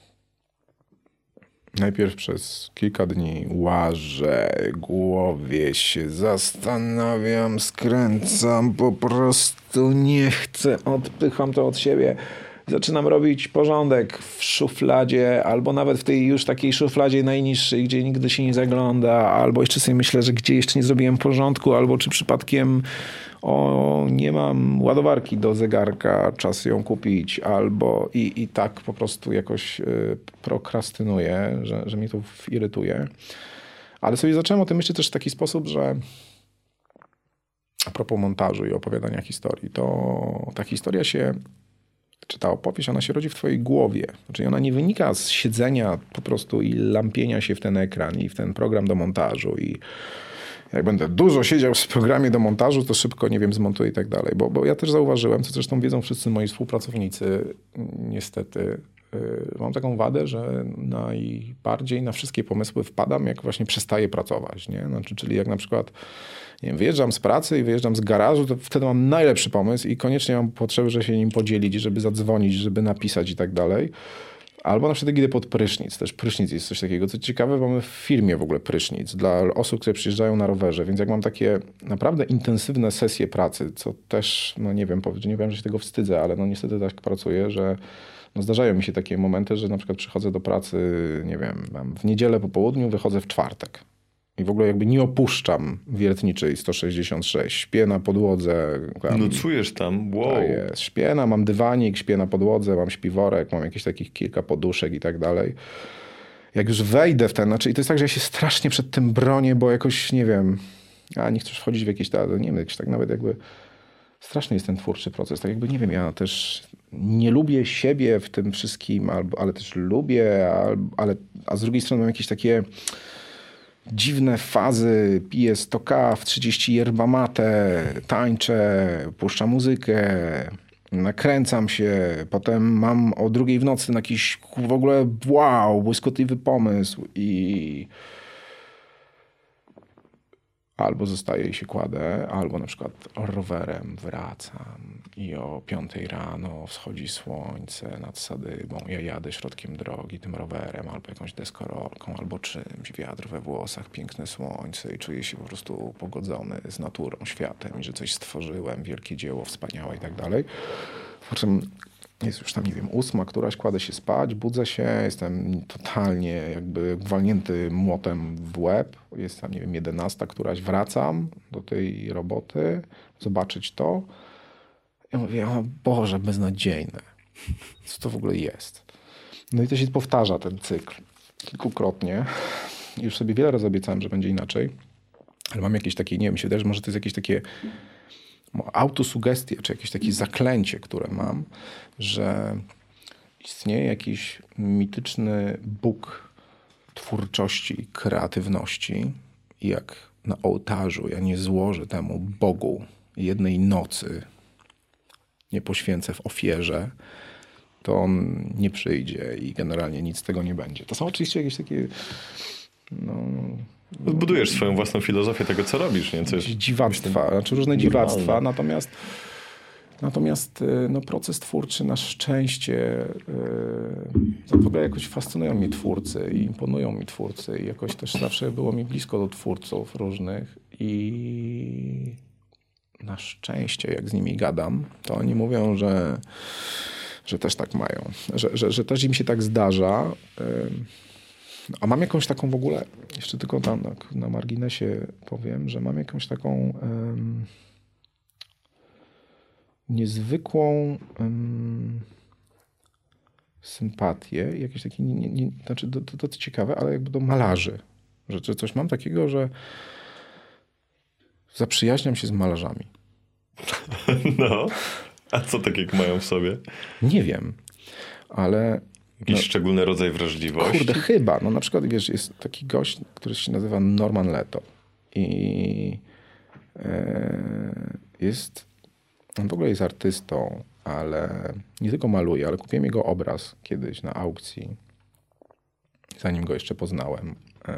najpierw przez kilka dni łażę, głowie się zastanawiam, skręcam, po prostu nie chcę, odpycham to od siebie. Zaczynam robić porządek w szufladzie, albo nawet w tej już takiej szufladzie najniższej, gdzie nigdy się nie zagląda, albo jeszcze sobie myślę, że gdzie jeszcze nie zrobiłem porządku, albo czy przypadkiem nie mam ładowarki do zegarka, czas ją kupić, albo i tak po prostu jakoś prokrastynuję, że mnie to irytuje. Ale sobie zacząłem o tym myśleć też w taki sposób, że a propos montażu i opowiadania historii, to ta historia się, czy ta opowieść, ona się rodzi w twojej głowie. Znaczy ona nie wynika z siedzenia po prostu i lampienia się w ten ekran i w ten program do montażu i jak będę dużo siedział w programie do montażu, to szybko, nie wiem, zmontuję i tak dalej. Bo ja też zauważyłem, co zresztą wiedzą wszyscy moi współpracownicy, niestety, mam taką wadę, że najbardziej na wszystkie pomysły wpadam, jak właśnie przestaję pracować. Nie? Znaczy, czyli jak na przykład nie wiem, wyjeżdżam z pracy i wyjeżdżam z garażu, to wtedy mam najlepszy pomysł i koniecznie mam potrzebę, żeby się nim podzielić, żeby zadzwonić, żeby napisać i tak dalej. Albo na przykład idę pod prysznic. Też prysznic jest coś takiego. Co ciekawe, mamy w firmie w ogóle prysznic dla osób, które przyjeżdżają na rowerze. Więc jak mam takie naprawdę intensywne sesje pracy, co też, no nie wiem, nie wiem, że się tego wstydzę, ale no niestety tak pracuję, że no zdarzają mi się takie momenty, że na przykład przychodzę do pracy, nie wiem, w niedzielę po południu, wychodzę w czwartek. I w ogóle jakby nie opuszczam Wiertniczej 166. Śpię na podłodze. Nocujesz tam? Wow. Tak jest. Śpię, mam dywanik, śpię na podłodze, mam śpiworek, mam jakieś takich kilka poduszek i tak dalej. Jak już wejdę w ten, znaczy i to jest tak, że ja się strasznie przed tym bronię, bo jakoś, nie wiem, nie chcesz wchodzić w jakieś, nie wiem, jakiś tak nawet jakby straszny jest ten twórczy proces. Tak jakby, nie wiem, ja też nie lubię siebie w tym wszystkim, ale też lubię, a z drugiej strony mam jakieś takie dziwne fazy, piję 100 kaw, 30 yerba mate, tańczę, puszczam muzykę, nakręcam się, potem mam o 2:00 w nocy na jakiś w ogóle błyskotliwy pomysł i albo zostaję i się kładę, albo na przykład rowerem wracam i o 5:00 rano wschodzi słońce nad Sadybą. Ja jadę środkiem drogi tym rowerem, albo jakąś deskorolką, albo czymś, wiatr we włosach, piękne słońce i czuję się po prostu pogodzony z naturą, światem i że coś stworzyłem, wielkie dzieło, wspaniałe i tak dalej. Po czym jest już tam, nie wiem, 8:00, któraś, kładę się spać, budzę się, jestem totalnie jakby walnięty młotem w łeb. Jest tam, nie wiem, 11:00, któraś, wracam do tej roboty, zobaczyć to. Ja mówię, o Boże, beznadziejne. Co to w ogóle jest? No i to się powtarza, ten cykl, kilkukrotnie. Już sobie wiele razy obiecałem, że będzie inaczej, ale mam jakieś takie, nie wiem, się wydaje, że może to jest jakieś takie autosugestie, czy jakieś takie zaklęcie, które mam, że istnieje jakiś mityczny Bóg twórczości, kreatywności i jak na ołtarzu ja nie złożę temu Bogu jednej nocy, nie poświęcę w ofierze, to on nie przyjdzie i generalnie nic z tego nie będzie. To są oczywiście jakieś takie Budujesz swoją własną filozofię tego, co robisz, nie? Co jest, dziwactwa, znaczy różne dziwactwa, natomiast no, proces twórczy na szczęście, w ogóle jakoś fascynują mnie twórcy i imponują mi twórcy i jakoś też zawsze było mi blisko do twórców różnych i na szczęście jak z nimi gadam, to oni mówią, że też tak mają, że też im się tak zdarza. A mam jakąś taką w ogóle, jeszcze tylko tam na marginesie powiem, że mam jakąś taką niezwykłą sympatię, jakieś takie, znaczy to ciekawe, ale jakby do malarzy. Że coś mam takiego, że zaprzyjaźniam się z malarzami. No, a co takiego mają w sobie? Nie wiem, ale... Jakiś szczególny rodzaj wrażliwości? Kurde, chyba. No na przykład, wiesz, jest taki gość, który się nazywa Norman Leto. I on w ogóle jest artystą, ale nie tylko maluje, ale kupiłem jego obraz kiedyś na aukcji, zanim go jeszcze poznałem.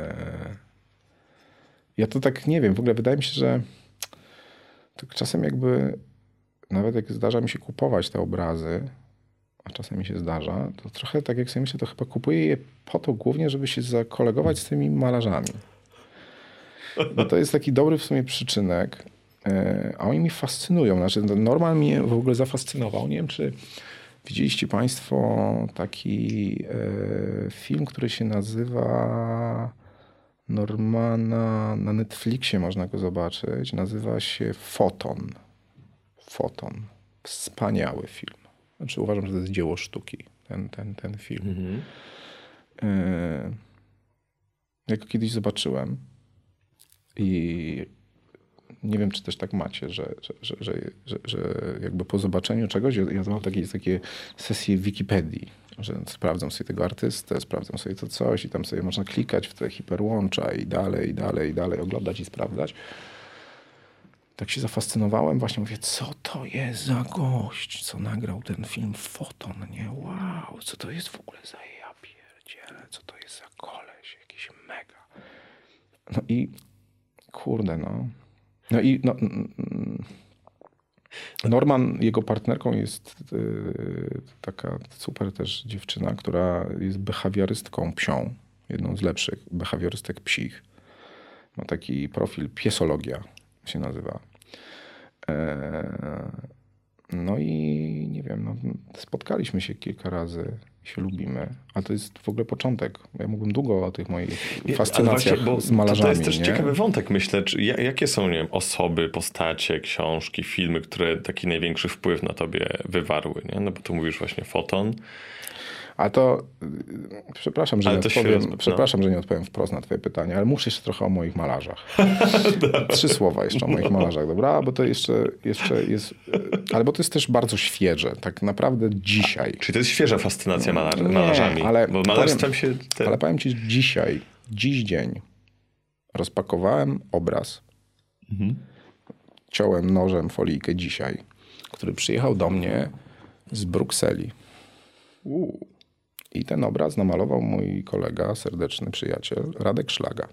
Ja to tak nie wiem, w ogóle wydaje mi się, że tak czasem jakby, nawet jak zdarza mi się kupować te obrazy, a czasem mi się zdarza, to trochę tak jak sobie myślę, to chyba kupuję je po to głównie, żeby się zakolegować z tymi malarzami. No to jest taki dobry w sumie przyczynek, a oni mi fascynują. Znaczy, Norman mnie w ogóle zafascynował. Nie wiem, czy widzieliście państwo taki film, który się nazywa Normana, na Netflixie można go zobaczyć. Nazywa się Foton. Foton. Wspaniały film. Znaczy uważam, że to jest dzieło sztuki, ten film. Mhm. Ja go kiedyś zobaczyłem i nie wiem, czy też tak macie, że jakby po zobaczeniu czegoś, ja mam takie sesje w Wikipedii, że sprawdzam sobie tego artystę, sprawdzam sobie to coś i tam sobie można klikać w te hiperłącza i dalej, oglądać i sprawdzać. Tak się zafascynowałem, właśnie mówię, co to jest za gość, co nagrał ten film Foton, nie? Wow, co to jest w ogóle za ja pierdzielę, co to jest za koleś, jakiś mega. No i kurde, Norman, jego partnerką jest taka super też dziewczyna, która jest behawiorystką psią, jedną z lepszych behawiorystek psich. Ma taki profil piesologia się nazywa. No i nie wiem, spotkaliśmy się kilka razy, się lubimy, ale to jest w ogóle początek. Ja mógłbym długo o tych moich fascynacjach z malarzami. To jest też ciekawy wątek, myślę. Jakie są, nie wiem, osoby, postacie, książki, filmy, które taki największy wpływ na tobie wywarły, nie? No bo tu mówisz właśnie Foton. A to, przepraszam, że nie odpowiem wprost na twoje pytanie, ale muszę jeszcze trochę o moich malarzach. 3 słowa jeszcze o moich malarzach, dobra? Bo to jeszcze jest, ale bo to jest też bardzo świeże, tak naprawdę dzisiaj. Czyli to jest świeża fascynacja malarzami, bo malarstwem Ale powiem ci, dziś dzień rozpakowałem obraz, ciąłem nożem folijkę dzisiaj, który przyjechał do mnie z Brukseli. I ten obraz namalował mój kolega, serdeczny przyjaciel, Radek Szlaga.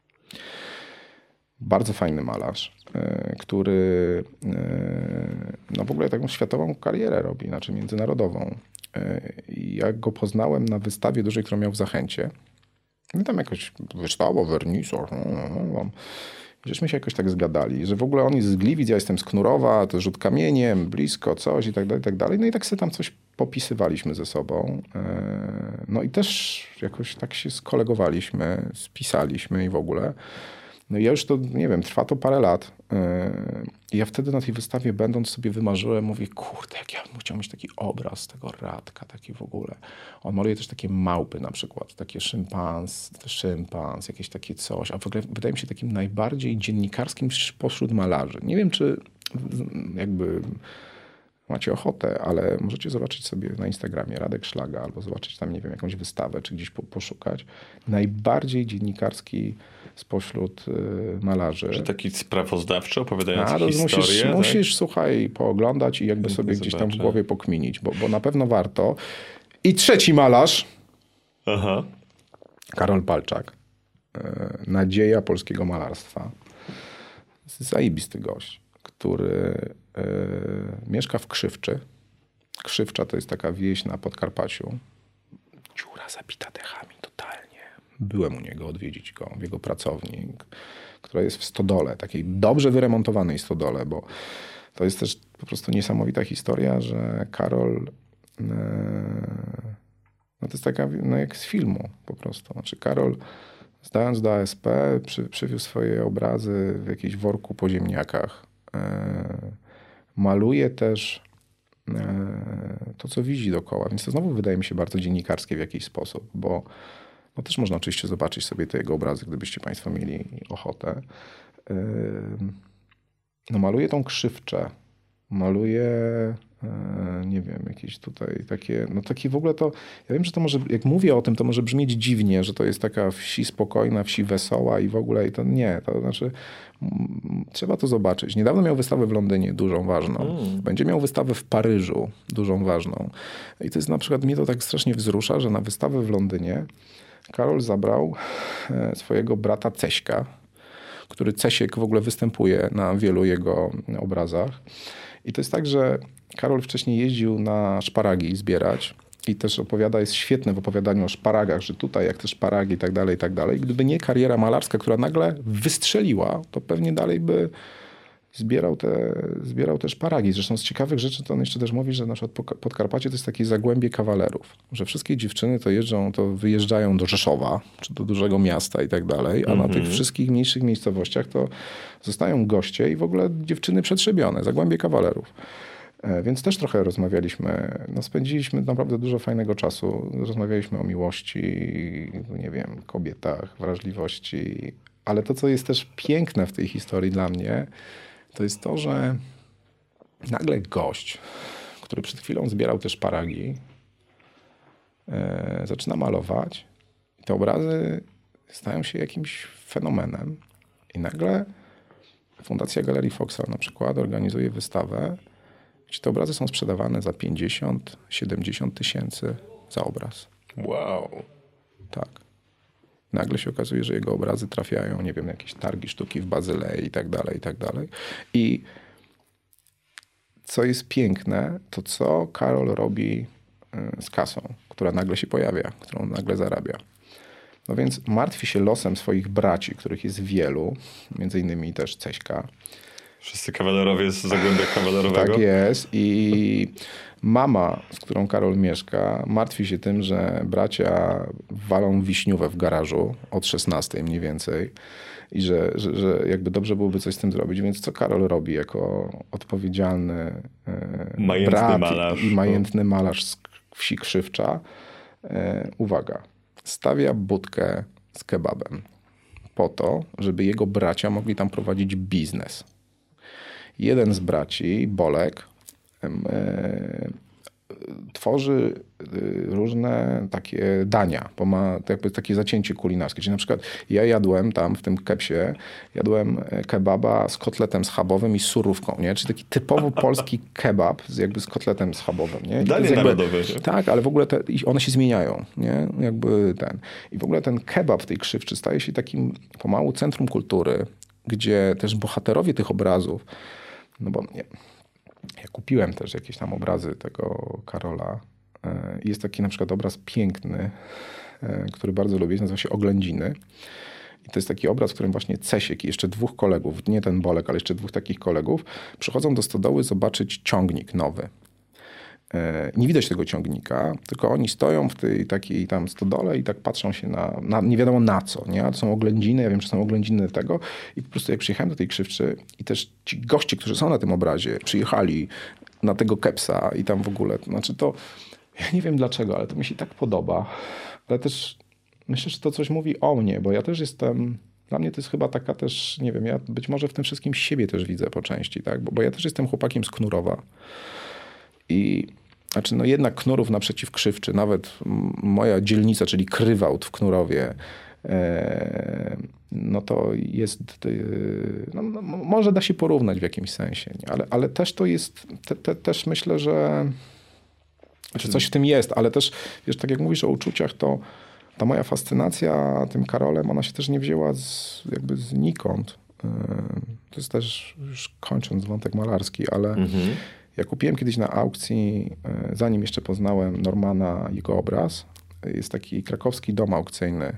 Bardzo fajny malarz, który no w ogóle taką światową karierę robi, znaczy międzynarodową. I jak go poznałem na wystawie dużej, którą miał w Zachęcie, no tam jakoś wystawa, wernisaż, żeśmy się jakoś tak zgadali, że w ogóle on jest z Gliwic, ja jestem z Knurowa, to rzut kamieniem, blisko coś i tak dalej, i tak dalej. No i tak sobie tam coś popisywaliśmy ze sobą. No i też jakoś tak się skolegowaliśmy, spisaliśmy i w ogóle. No i ja już to, nie wiem, trwa to parę lat. I ja wtedy na tej wystawie będąc sobie wymarzyłem, mówię, kurde, jak ja bym chciał mieć taki obraz tego Radka, taki w ogóle. On maluje też takie małpy na przykład, takie szympans, jakieś takie coś. A w ogóle wydaje mi się takim najbardziej dziennikarskim spośród malarzy. Nie wiem, czy jakby macie ochotę, ale możecie zobaczyć sobie na Instagramie Radek Szlaga albo zobaczyć tam, nie wiem, jakąś wystawę, czy gdzieś poszukać. Najbardziej dziennikarski spośród malarzy. Że taki sprawozdawczy, opowiadający historię. Musisz, słuchaj, pooglądać i jakby sobie gdzieś tam w głowie pokminić, bo na pewno warto. I trzeci malarz, Karol Palczak. nadzieja polskiego malarstwa. Zajebisty gość, który mieszka w Krzywczy. Krzywcza to jest taka wieś na Podkarpaciu. Dziura zabita dechami totalnie. Byłem u niego odwiedzić go w jego pracowni, która jest w stodole, takiej dobrze wyremontowanej stodole, bo to jest też po prostu niesamowita historia, że Karol, no to jest taka, no jak z filmu po prostu. Znaczy Karol, zdając do ASP, przywiózł swoje obrazy w jakimś worku po ziemniakach. Maluje też to, co widzi dookoła, więc to znowu wydaje mi się bardzo dziennikarskie w jakiś sposób, bo no też można oczywiście zobaczyć sobie te jego obrazy, gdybyście państwo mieli ochotę. No maluje tą Krzywczę, maluje, nie wiem, jakieś tutaj takie, no takie w ogóle to, ja wiem, że to może, jak mówię o tym, to może brzmieć dziwnie, że to jest taka wsi spokojna, wsi wesoła i w ogóle, i to nie, to znaczy trzeba to zobaczyć. Niedawno miał wystawę w Londynie, dużą, ważną. Będzie miał wystawę w Paryżu, dużą, ważną. I to jest na przykład, mnie to tak strasznie wzrusza, że na wystawę w Londynie Karol zabrał swojego brata Ceśka, który Cesiek w ogóle występuje na wielu jego obrazach. I to jest tak, że Karol wcześniej jeździł na szparagi zbierać i też opowiada, jest świetny w opowiadaniu o szparagach, że tutaj jak te szparagi i tak dalej, i tak dalej. Gdyby nie kariera malarska, która nagle wystrzeliła, to pewnie dalej by zbierał te szparagi. Zresztą z ciekawych rzeczy to on jeszcze też mówi, że na przykład Podkarpacie to jest takie zagłębie kawalerów, że wszystkie dziewczyny to wyjeżdżają do Rzeszowa, czy do dużego miasta i tak dalej, a na tych wszystkich mniejszych miejscowościach to zostają goście i w ogóle dziewczyny przetrzebione, zagłębie kawalerów. Więc też trochę rozmawialiśmy, no spędziliśmy naprawdę dużo fajnego czasu, rozmawialiśmy o miłości, nie wiem, kobietach, wrażliwości, ale to, co jest też piękne w tej historii dla mnie, to jest to, że nagle gość, który przed chwilą zbierał te szparagi, zaczyna malować i te obrazy stają się jakimś fenomenem. I nagle Fundacja Galerii Foxa na przykład organizuje wystawę, gdzie te obrazy są sprzedawane za 50-70 tysięcy za obraz. Wow. Tak. Nagle się okazuje, że jego obrazy trafiają, nie wiem, na jakieś targi sztuki w Bazylei i tak dalej, i tak dalej. I co jest piękne, to co Karol robi z kasą, która nagle się pojawia, którą nagle zarabia. No więc martwi się losem swoich braci, których jest wielu, między innymi też Ceśka. Wszyscy kawalerowie z Zagłębia Kawalerowego. Tak jest. I mama, z którą Karol mieszka, martwi się tym, że bracia walą wiśniówę w garażu od 16 mniej więcej. I że jakby dobrze byłoby coś z tym zrobić. Więc co Karol robi jako odpowiedzialny brat malarz, i majętny malarz z wsi Krzywcza? Uwaga. Stawia budkę z kebabem po to, żeby jego bracia mogli tam prowadzić biznes. Jeden z braci, Bolek, tworzy różne takie dania, bo ma jakby takie zacięcie kulinarskie. Czyli na przykład ja jadłem tam w tym kepsie, kebaba z kotletem schabowym i z surówką, nie? Czyli taki typowo polski kebab jakby z kotletem schabowym, nie? Danie narodowe. Tak, ale w ogóle one się zmieniają, nie? Jakby I w ogóle ten kebab w tej Krzywczy staje się takim pomału centrum kultury, gdzie też bohaterowie tych obrazów, no bo ja kupiłem też jakieś tam obrazy tego Karola. Jest taki na przykład obraz piękny, który bardzo lubię, nazywa się Oględziny. I to jest taki obraz, w którym właśnie Cesiek i jeszcze dwóch kolegów, nie ten Bolek, ale jeszcze dwóch takich kolegów, przychodzą do stodoły zobaczyć ciągnik nowy. Nie widać tego ciągnika, tylko oni stoją w tej takiej tam stodole i tak patrzą się na nie wiadomo na co, nie? A to są oględziny, ja wiem, że są oględziny tego i po prostu jak przyjechałem do tej Krzywczy i też ci goście, którzy są na tym obrazie, przyjechali na tego kepsa i tam w ogóle, znaczy to, ja nie wiem dlaczego, ale to mi się tak podoba, ale też myślę, że to coś mówi o mnie, bo ja też jestem, dla mnie to jest chyba taka też, nie wiem, ja być może w tym wszystkim siebie też widzę po części, tak? Bo ja też jestem chłopakiem z Knurowa. I znaczy, no jednak Knurów naprzeciw Krzywczy, nawet moja dzielnica, czyli Krywałd w Knurowie, no to jest, no, może da się porównać w jakimś sensie, nie? Ale też to jest, też myślę, że coś w tym jest, ale też, wiesz, tak jak mówisz o uczuciach, to ta moja fascynacja tym Karolem, ona się też nie wzięła jakby znikąd. To jest też, już kończąc wątek malarski, ale ja kupiłem kiedyś na aukcji, zanim jeszcze poznałem Normana, jego obraz. Jest taki krakowski dom aukcyjny.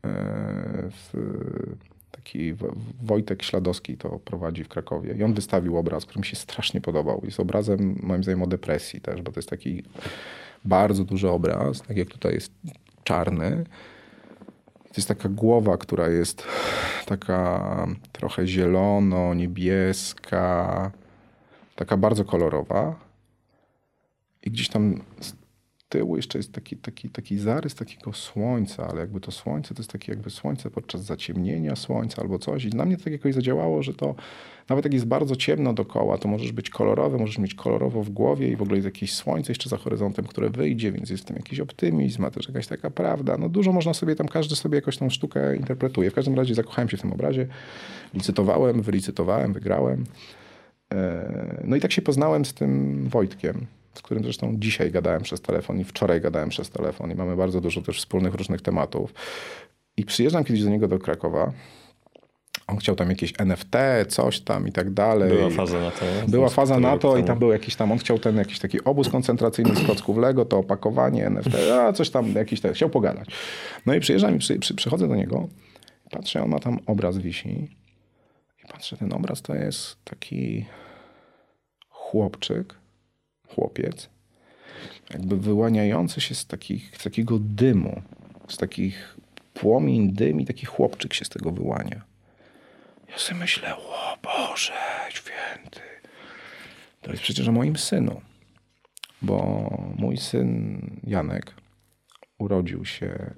Taki Wojtek Śladowski to prowadzi w Krakowie. I on wystawił obraz, który mi się strasznie podobał. Jest obrazem, moim zdaniem, o depresji też, bo to jest taki bardzo duży obraz, tak jak tutaj jest czarny. To jest taka głowa, która jest taka trochę zielono, niebieska, taka bardzo kolorowa. I gdzieś tam z tyłu jeszcze jest taki zarys takiego słońca, ale jakby to słońce to jest takie jakby słońce podczas zaciemnienia słońca albo coś. I dla mnie to tak jakoś zadziałało, że to nawet jak jest bardzo ciemno dookoła, to możesz być kolorowy, możesz mieć kolorowo w głowie i w ogóle jest jakieś słońce jeszcze za horyzontem, które wyjdzie, więc jest w tym jakiś optymizm, a też jakaś taka prawda. No dużo można sobie tam, każdy sobie jakoś tą sztukę interpretuje. W każdym razie zakochałem się w tym obrazie, licytowałem, wylicytowałem, wygrałem. No i tak się poznałem z tym Wojtkiem, z którym zresztą dzisiaj gadałem przez telefon i wczoraj gadałem przez telefon i mamy bardzo dużo też wspólnych różnych tematów. I przyjeżdżam kiedyś do niego do Krakowa. On chciał tam jakieś NFT, coś tam i tak dalej. Była faza na to. Była faza na to i tam był jakiś tam, on chciał ten jakiś taki obóz koncentracyjny z klocków Lego, to opakowanie NFT, coś tam, jakiś ten, chciał pogadać. No i przyjeżdżam i przychodzę do niego, patrzę, on ma tam obraz wisi i patrzę, ten obraz to jest taki chłopiec, jakby wyłaniający się z takiego dymu, z takich płomień, dym i taki chłopczyk się z tego wyłania. Ja sobie myślę, o Boże Święty, to jest przecież o moim synu, bo mój syn Janek urodził się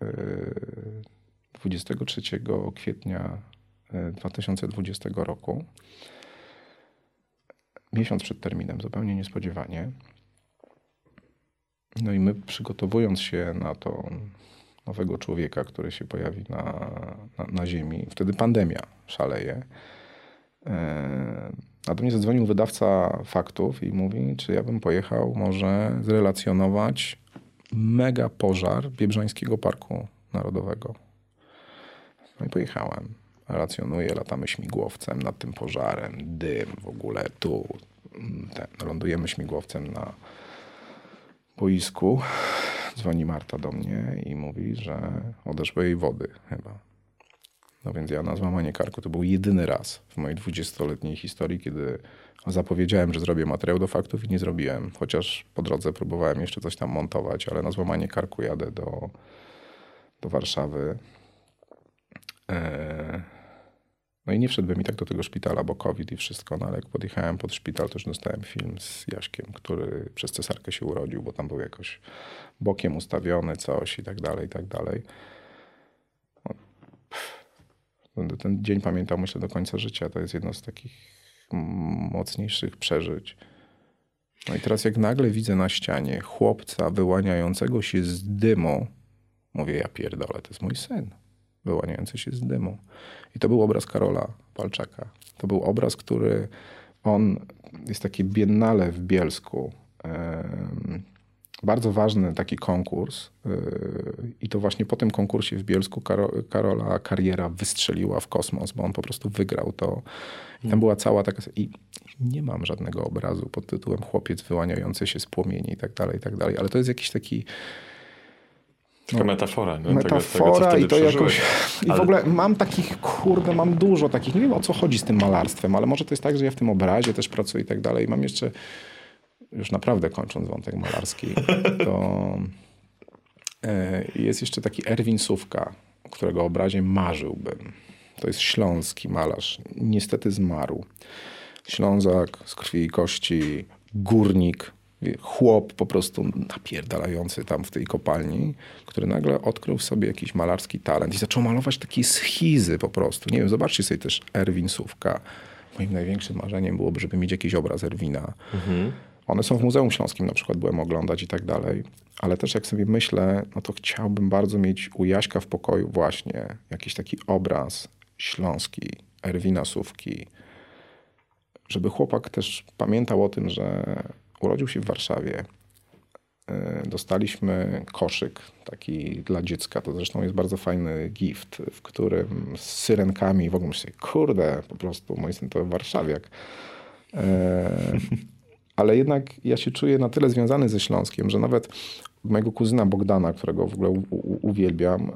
23 kwietnia 2020 roku. Miesiąc przed terminem, zupełnie niespodziewanie. No i my przygotowując się na to nowego człowieka, który się pojawi na ziemi, wtedy pandemia szaleje. A do mnie zadzwonił wydawca Faktów i mówi, czy ja bym pojechał może zrelacjonować mega pożar Biebrzańskiego Parku Narodowego. No i pojechałem. Relacjonuję, latamy śmigłowcem nad tym pożarem, dym w ogóle tu. Lądujemy śmigłowcem na boisku. Dzwoni Marta do mnie i mówi, że odeszły jej wody chyba. No więc ja na złamanie karku to był jedyny raz w mojej 20-letniej historii, kiedy zapowiedziałem, że zrobię materiał do Faktów i nie zrobiłem. Chociaż po drodze próbowałem jeszcze coś tam montować, ale na złamanie karku jadę do Warszawy. No i nie wszedłbym i tak do tego szpitala, bo COVID i wszystko, no ale jak podjechałem pod szpital, to już dostałem film z Jaśkiem, który przez cesarkę się urodził, bo tam był jakoś bokiem ustawiony coś i tak dalej, i tak dalej. No, ten dzień pamiętam, myślę, do końca życia. To jest jedno z takich mocniejszych przeżyć. No i teraz jak nagle widzę na ścianie chłopca wyłaniającego się z dymu, mówię, ja pierdolę, to jest mój syn. Wyłaniający się z dymu. I to był obraz Karola Palczaka. To był obraz, który jest takie biennale w Bielsku. Bardzo ważny taki konkurs. I to właśnie po tym konkursie w Bielsku Karola kariera wystrzeliła w kosmos, bo on po prostu wygrał to. I tam była cała taka... I nie mam żadnego obrazu pod tytułem chłopiec wyłaniający się z płomieni i tak dalej, ale to jest jakiś taki... Taka metafora. No, metafora tego, i to przeżyłeś. jakoś... I w ogóle mam takich, mam dużo takich. Nie wiem, o co chodzi z tym malarstwem, ale może to jest tak, że ja w tym obrazie też pracuję i tak dalej. Mam jeszcze, już naprawdę kończąc wątek malarski, to jest jeszcze taki Erwin Sówka, o którego obrazie marzyłbym. To jest śląski malarz. Niestety zmarł. Ślązak z krwi i kości, górnik, chłop po prostu napierdalający tam w tej kopalni, który nagle odkrył w sobie jakiś malarski talent i zaczął malować takie schizy po prostu. Nie wiem, zobaczcie sobie też Erwin Sówka. Moim największym marzeniem byłoby, żeby mieć jakiś obraz Erwina. One są w Muzeum Śląskim, na przykład byłem oglądać i tak dalej. Ale też jak sobie myślę, no to chciałbym bardzo mieć u Jaśka w pokoju właśnie jakiś taki obraz śląski, Erwina Sówki. Żeby chłopak też pamiętał o tym, że urodził się w Warszawie. dostaliśmy koszyk taki dla dziecka. To zresztą jest bardzo fajny gift, w którym z syrenkami w ogóle myślę, kurde, po prostu mój syn to warszawiak. Ale jednak ja się czuję na tyle związany ze Śląskiem, że nawet mojego kuzyna Bogdana, którego w ogóle uwielbiam,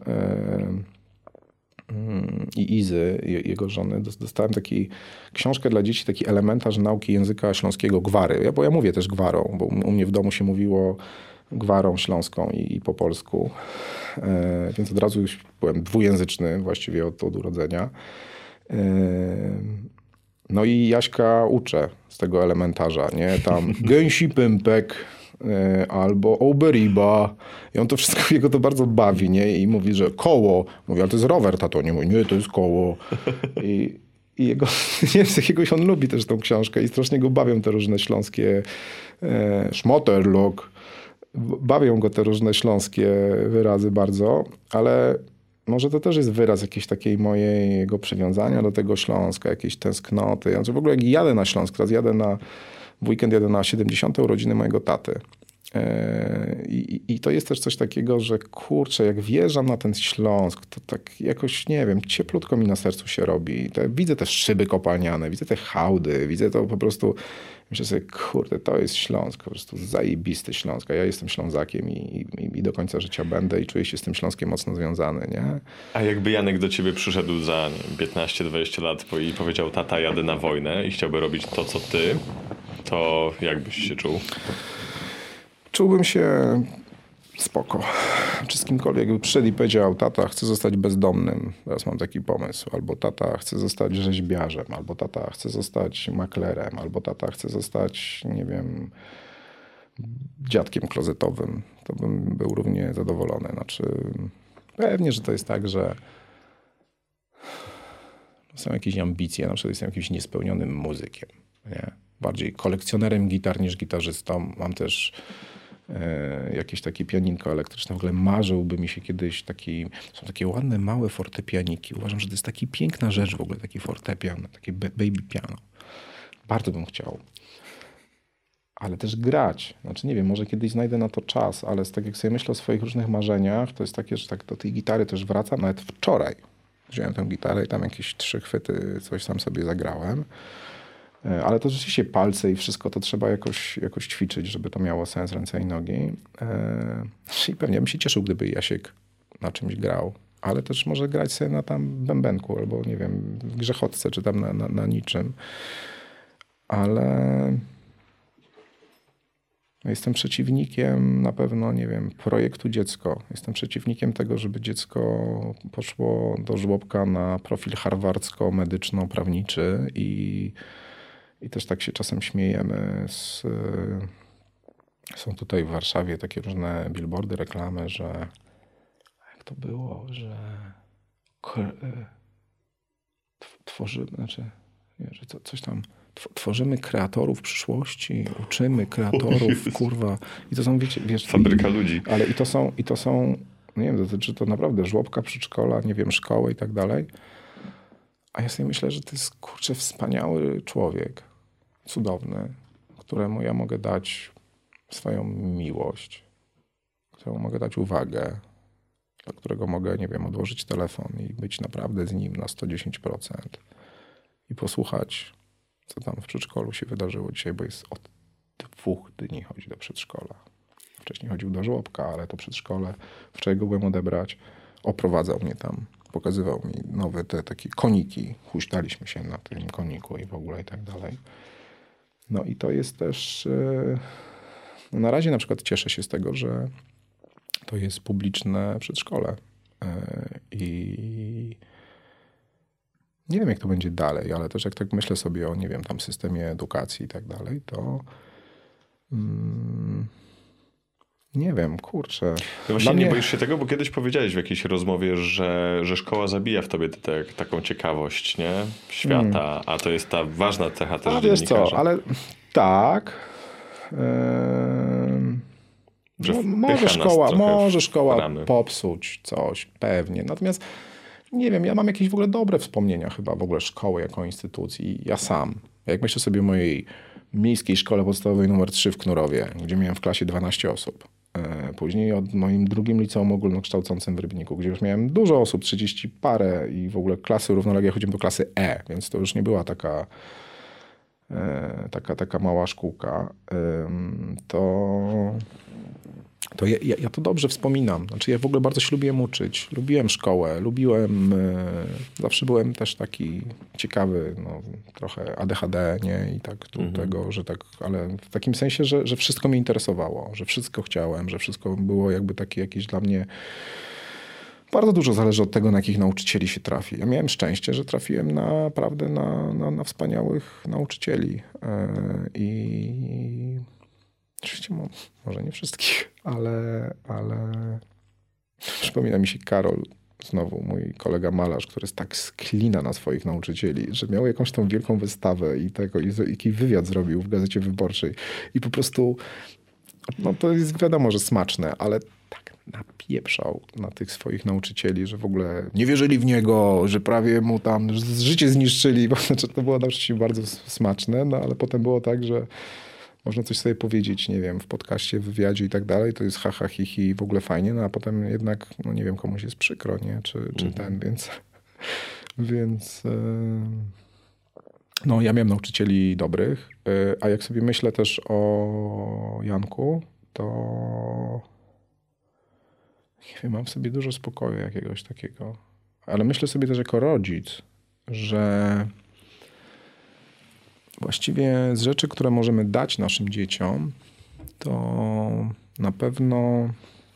i Izy, jego żony, dostałem książkę dla dzieci, taki elementarz nauki języka śląskiego gwary. Bo ja mówię też gwarą, bo u mnie w domu się mówiło gwarą śląską i po polsku. Więc od razu już byłem dwujęzyczny właściwie od urodzenia. No i Jaśka uczę z tego elementarza, nie? Tam gęsi pępek albo oberiba. I on to wszystko, jego to bardzo bawi, nie? I mówi, że koło. Mówi, ale to jest rower, tato. Nie mówi, nie, to jest koło. I jego, nie wiem, z jakiegoś on lubi też tą książkę i strasznie go bawią te różne śląskie szmoterlok. Bawią go te różne śląskie wyrazy bardzo, ale może to też jest wyraz jakiejś takiej mojego przywiązania do tego Śląska, jakiejś tęsknoty. Ja w ogóle jak jadę na Śląsk, teraz w weekend jadę na 70. urodziny mojego taty. I to jest też coś takiego, że kurczę, jak wjeżdżam na ten Śląsk, to tak jakoś, nie wiem, cieplutko mi na sercu się robi. Widzę te szyby kopalniane, widzę te hałdy, widzę to po prostu, myślę sobie, kurde, to jest Śląsk, po prostu zajebisty Śląsk. A ja jestem Ślązakiem i do końca życia będę i czuję się z tym Śląskiem mocno związany, nie? A jakby Janek do ciebie przyszedł za 15-20 lat i powiedział, tata, jadę na wojnę i chciałby robić to, co ty, to jak byś się czuł? Czułbym się spoko. Czy z kimkolwiek by przyszedł i powiedział, tata, chcę zostać bezdomnym. Teraz mam taki pomysł. Albo tata, chcę zostać rzeźbiarzem. Albo tata, chcę zostać maklerem. Albo tata, chcę zostać, nie wiem, dziadkiem klozetowym. To bym był równie zadowolony. Znaczy, pewnie, że to jest tak, że są jakieś ambicje. Na przykład jestem jakimś niespełnionym muzykiem. Nie? Bardziej kolekcjonerem gitar niż gitarzystą. Mam też jakieś takie pianinko elektryczne. W ogóle marzyłby mi się kiedyś są takie ładne, małe fortepianiki. Uważam, że to jest taka piękna rzecz w ogóle, taki fortepian, takie baby piano. Bardzo bym chciał. Ale też grać. Znaczy nie wiem, może kiedyś znajdę na to czas, ale tak jak sobie myślę o swoich różnych marzeniach, to jest takie, że tak do tej gitary też wracam. Nawet wczoraj wziąłem tę gitarę i tam jakieś 3 chwyty, coś tam sobie zagrałem. Ale to rzeczywiście palce i wszystko to trzeba jakoś ćwiczyć, żeby to miało sens, ręce i nogi. I pewnie bym się cieszył, gdyby Jasiek na czymś grał. Ale też może grać sobie na tam bębenku albo, nie wiem, w grzechotce czy tam na niczym. Ale jestem przeciwnikiem na pewno, nie wiem, projektu dziecko. Jestem przeciwnikiem tego, żeby dziecko poszło do żłobka na profil harwardzko-medyczno-prawniczy i też tak się czasem śmiejemy. Są tutaj w Warszawie takie różne billboardy, reklamy, że jak to było, że tworzymy, znaczy, że coś tam tworzymy kreatorów przyszłości, uczymy kreatorów, kurwa. I to są, wiesz... Fabryka ludzi. Ale i to są, nie wiem, dotyczy to naprawdę żłobka, przedszkola, nie wiem, szkoły i tak dalej. A ja sobie myślę, że to jest, kurczę, wspaniały człowiek. Cudowny, któremu ja mogę dać swoją miłość, któremu mogę dać uwagę, dla którego mogę, nie wiem, odłożyć telefon i być naprawdę z nim na 110% i posłuchać, co tam w przedszkolu się wydarzyło dzisiaj, bo jest od 2 dni chodzi do przedszkola. Wcześniej chodził do żłobka, ale to przedszkole, wczoraj go byłem odebrać, oprowadzał mnie tam, pokazywał mi nowe te takie koniki, huśtaliśmy się na tym koniku i w ogóle i tak dalej. No i to jest też... Na razie na przykład cieszę się z tego, że to jest publiczne przedszkole. I nie wiem, jak to będzie dalej, ale też jak tak myślę sobie o, nie wiem, tam systemie edukacji i tak dalej, to nie wiem, kurczę. No właśnie nie boisz się tego, bo kiedyś powiedziałeś w jakiejś rozmowie, że szkoła zabija w tobie taką ciekawość, nie? Świata, a to jest ta ważna cecha też dziennikarza. Wiesz co, ale tak. Może szkoła popsuć coś, pewnie. Natomiast nie wiem, ja mam jakieś w ogóle dobre wspomnienia chyba w ogóle szkoły jako instytucji. Ja sam. Jak myślę sobie o mojej miejskiej szkole podstawowej numer 3 w Knurowie, gdzie miałem w klasie 12 osób. Później od moim drugim liceum ogólnokształcącym w Rybniku, gdzie już miałem dużo osób, 30 parę i w ogóle klasy równolegle chodziłem do klasy E, więc to już nie była taka mała szkółka. To ja to dobrze wspominam. Znaczy ja w ogóle bardzo się lubiłem uczyć. Lubiłem szkołę, zawsze byłem też taki ciekawy, no, trochę ADHD, nie? I tak tego, że tak, ale w takim sensie, że wszystko mnie interesowało, że wszystko chciałem, że wszystko było jakby takie jakieś dla mnie. Bardzo dużo zależy od tego, na jakich nauczycieli się trafi. Ja miałem szczęście, że trafiłem naprawdę na wspaniałych nauczycieli. I oczywiście może nie wszystkich, ale przypomina mi się Karol, znowu mój kolega malarz, który jest tak sklina na swoich nauczycieli, że miał jakąś tą wielką wystawę i jaki wywiad zrobił w Gazecie Wyborczej. I po prostu, no to jest wiadomo, że smaczne, ale tak napieprzał na tych swoich nauczycieli, że w ogóle nie wierzyli w niego, że prawie mu tam życie zniszczyli, bo znaczy, to było oczywiście bardzo smaczne, no ale potem było tak, że można coś sobie powiedzieć, nie wiem, w podcaście, w wywiadzie i tak dalej, to jest haha, hi, w ogóle fajnie, no a potem jednak, no nie wiem, komuś jest przykro, nie? Czy ten, więc no ja miałem nauczycieli dobrych, a jak sobie myślę też o Janku, to nie wiem, mam w sobie dużo spokoju jakiegoś takiego, ale myślę sobie też jako rodzic, że właściwie z rzeczy, które możemy dać naszym dzieciom, to na pewno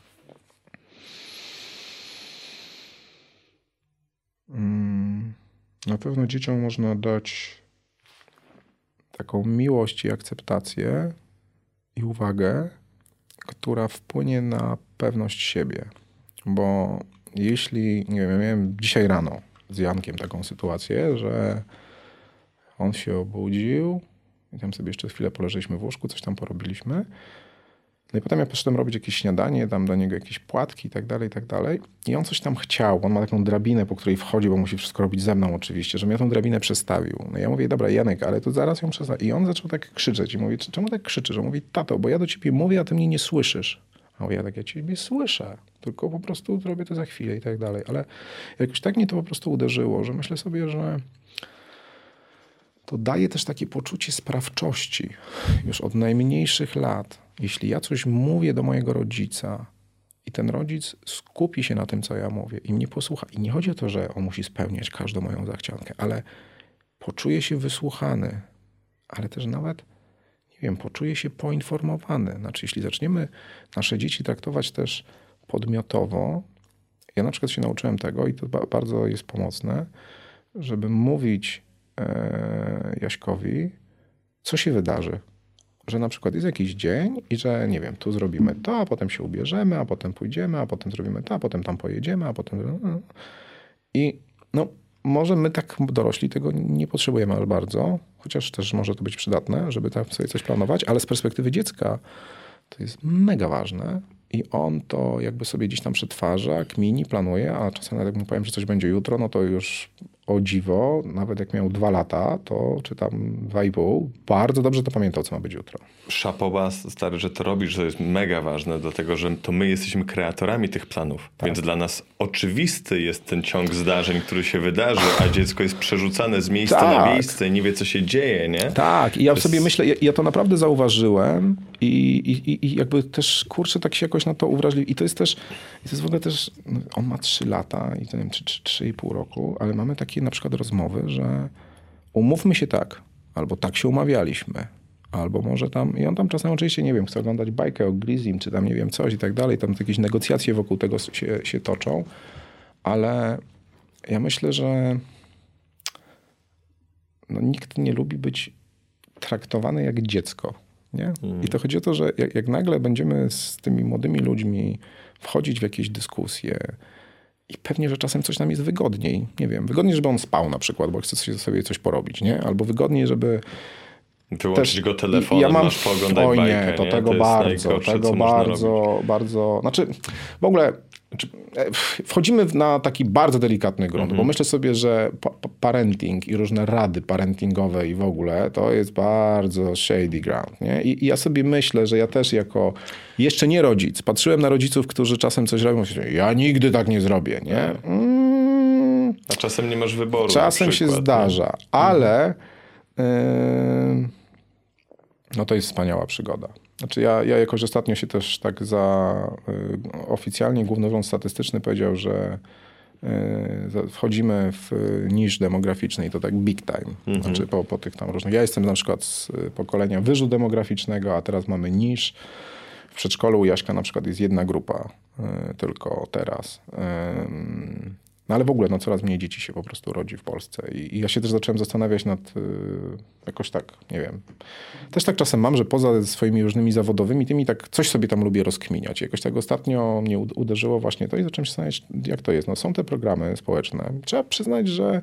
dzieciom można dać taką miłość i akceptację i uwagę, która wpłynie na pewność siebie. Bo jeśli, nie wiem, ja miałem dzisiaj rano z Jankiem taką sytuację, że on się obudził i tam sobie jeszcze chwilę poleżeliśmy w łóżku, coś tam porobiliśmy. No i potem ja poszedłem robić jakieś śniadanie, dam do niego jakieś płatki i tak dalej. I on coś tam chciał. On ma taką drabinę, po której wchodzi, bo musi wszystko robić ze mną oczywiście, żebym ja tą drabinę przestawił. No i ja mówię, dobra Janek, ale to zaraz ją przestawię. I on zaczął tak krzyczeć i mówi, czemu tak krzyczysz? On mówi, tato, bo ja do ciebie mówię, a ty mnie nie słyszysz. A mówię, ja ciebie słyszę, tylko po prostu zrobię to za chwilę i tak dalej. Ale jakoś tak mnie to po prostu uderzyło, że myślę sobie, że to daje też takie poczucie sprawczości już od najmniejszych lat. Jeśli ja coś mówię do mojego rodzica i ten rodzic skupi się na tym, co ja mówię i mnie posłucha. I nie chodzi o to, że on musi spełniać każdą moją zachciankę, ale poczuje się wysłuchany, ale też nawet, nie wiem, poczuje się poinformowany. Znaczy, jeśli zaczniemy nasze dzieci traktować też podmiotowo, ja na przykład się nauczyłem tego i to bardzo jest pomocne, żeby mówić Jaśkowi, co się wydarzy. Że na przykład jest jakiś dzień i że, nie wiem, tu zrobimy to, a potem się ubierzemy, a potem pójdziemy, a potem zrobimy to, a potem tam pojedziemy, a potem... I no, może my tak dorośli tego nie potrzebujemy aż bardzo, chociaż też może to być przydatne, żeby tam sobie coś planować, ale z perspektywy dziecka to jest mega ważne i on to jakby sobie gdzieś tam przetwarza, kmini, planuje, a czasem nawet jak mu powiem, że coś będzie jutro, no to już o dziwo, nawet jak miał 2 lata, to czy tam 2,5, bardzo dobrze to pamiętał, co ma być jutro. Szapoba, stary, że to robisz, to jest mega ważne, dlatego że to my jesteśmy kreatorami tych planów. Tak. Więc dla nas oczywisty jest ten ciąg zdarzeń, który się wydarzy, a dziecko jest przerzucane z miejsca na miejsce i nie wie, co się dzieje, nie? Tak, i ja sobie myślę, ja to naprawdę zauważyłem i jakby też, kurczę, tak się jakoś na to uwrażliwił. I to jest w ogóle też, no, on ma 3 lata i to nie wiem, 3,5 roku, ale mamy takie na przykład rozmowy, że umówmy się tak, albo tak się umawialiśmy, albo może tam, i on tam czasem oczywiście, nie wiem, chce oglądać bajkę o Glizim, czy tam nie wiem coś i tak dalej, tam jakieś negocjacje wokół tego się toczą, ale ja myślę, że no, nikt nie lubi być traktowany jak dziecko, nie? I to chodzi o to, że jak nagle będziemy z tymi młodymi ludźmi wchodzić w jakieś dyskusje i pewnie, że czasem coś nam jest wygodniej, nie wiem, wygodniej, żeby on spał na przykład, bo chce sobie coś porobić, nie? Albo wygodniej, żeby Wyłączyć go telefonem, masz pooglądaj bajkę. Nie, to tego bardzo... Znaczy, w ogóle wchodzimy na taki bardzo delikatny grunt, bo myślę sobie, że parenting i różne rady parentingowe i w ogóle to jest bardzo shady ground. Nie? I ja sobie myślę, że ja też jako jeszcze nie rodzic, patrzyłem na rodziców, którzy czasem coś robią, myślę, ja nigdy tak nie zrobię. Nie? A czasem nie masz wyboru. Czasem się zdarza, ale no to jest wspaniała przygoda. Znaczy ja jakoś ostatnio się też tak oficjalnie Główny Urząd Statystyczny powiedział, że wchodzimy w nisz demograficzny i to tak big time. Znaczy po tych tam różnych... Ja jestem na przykład z pokolenia wyżu demograficznego, a teraz mamy nisz. W przedszkolu u Jaśka na przykład jest jedna grupa tylko teraz. No ale w ogóle no, coraz mniej dzieci się po prostu rodzi w Polsce. I ja się też zacząłem zastanawiać nad jakoś tak, nie wiem. Też tak czasem mam, że poza swoimi różnymi zawodowymi tymi tak coś sobie tam lubię rozkminiać. Jakoś tak ostatnio mnie uderzyło właśnie to i zacząłem się zastanawiać, jak to jest. No, są te programy społeczne. Trzeba przyznać, że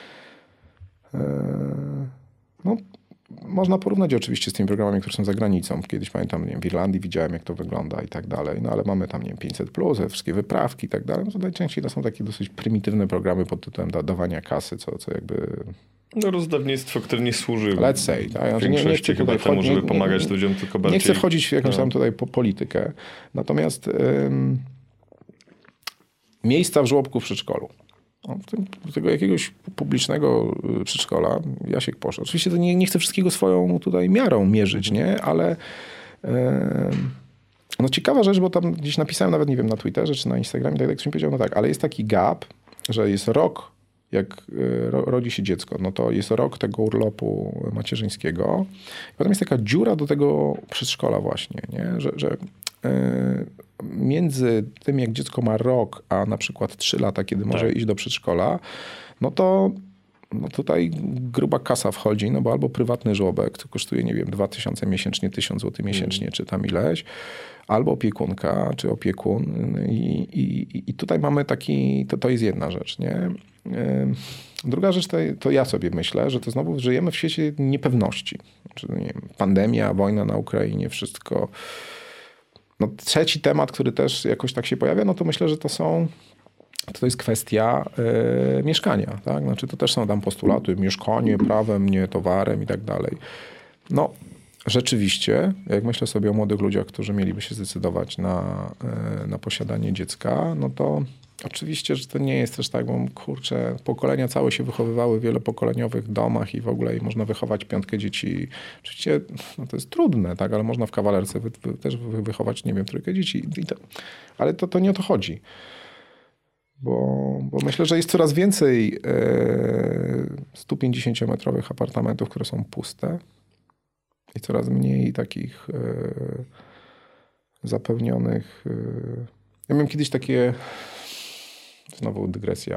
no, można porównać oczywiście z tymi programami, które są za granicą. Kiedyś pamiętam, nie wiem, w Irlandii widziałem, jak to wygląda i tak dalej. No ale mamy tam, nie wiem, 500+, wszystkie wyprawki i tak dalej. No to najczęściej to są takie dosyć prymitywne programy pod tytułem dawania kasy, co jakby... No rozdawnictwo, które nie służy let's say, tak? nie chcę chyba temu, żeby pomagać ludziom, tylko bardziej... Nie chcę wchodzić w jakąś tam tutaj politykę. Natomiast miejsca w żłobku w przedszkolu. Tego jakiegoś publicznego przedszkola Jasiek poszedł. Oczywiście to nie chcę wszystkiego swoją tutaj miarą mierzyć, nie? Ale no ciekawa rzecz, bo tam gdzieś napisałem nawet, nie wiem, na Twitterze czy na Instagramie, tak ktoś mi powiedział, no tak, ale jest taki gap, że jest rok, jak rodzi się dziecko, no to jest rok tego urlopu macierzyńskiego. I potem jest taka dziura do tego przedszkola właśnie, nie? Że między tym, jak dziecko ma rok, a na przykład 3 lata, kiedy może iść do przedszkola, no to no tutaj gruba kasa wchodzi, no bo albo prywatny żłobek, to kosztuje, nie wiem, 2000 miesięcznie, 1000 zł miesięcznie, czy tam ileś, albo opiekunka, czy opiekun. I tutaj mamy taki, to jest jedna rzecz, nie? Druga rzecz to ja sobie myślę, że to znowu żyjemy w świecie niepewności. Znaczy, nie wiem, pandemia, wojna na Ukrainie, wszystko. No, trzeci temat, który też jakoś tak się pojawia, no to myślę, że to jest kwestia mieszkania. Tak? Znaczy to też są tam postulaty, mieszkanie prawem, nie towarem i tak dalej. No rzeczywiście, jak myślę sobie o młodych ludziach, którzy mieliby się zdecydować na posiadanie dziecka, no to oczywiście, że to nie jest też tak, bo kurczę, pokolenia całe się wychowywały w wielopokoleniowych domach i w ogóle i można wychować 5 dzieci. Oczywiście no to jest trudne, tak, ale można w kawalerce też wychować, nie wiem, 3 dzieci. Ale to nie o to chodzi. Bo myślę, że jest coraz więcej 150-metrowych apartamentów, które są puste i coraz mniej takich zapewnionych. Ja miałem kiedyś takie, znowu dygresja,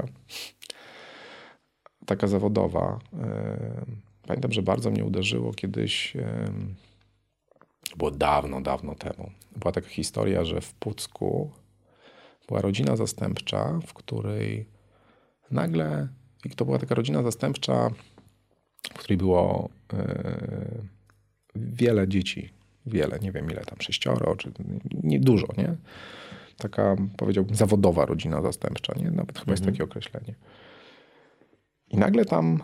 taka zawodowa. Pamiętam, że bardzo mnie uderzyło kiedyś, było dawno temu. Była taka historia, że w Pucku była rodzina zastępcza, w której nagle, i to była taka rodzina zastępcza, w której było wiele dzieci. Wiele, nie wiem ile tam, 6, czy nie dużo, nie? Taka, powiedziałbym, zawodowa rodzina zastępcza, nie? Nawet chyba jest takie określenie. I nagle tam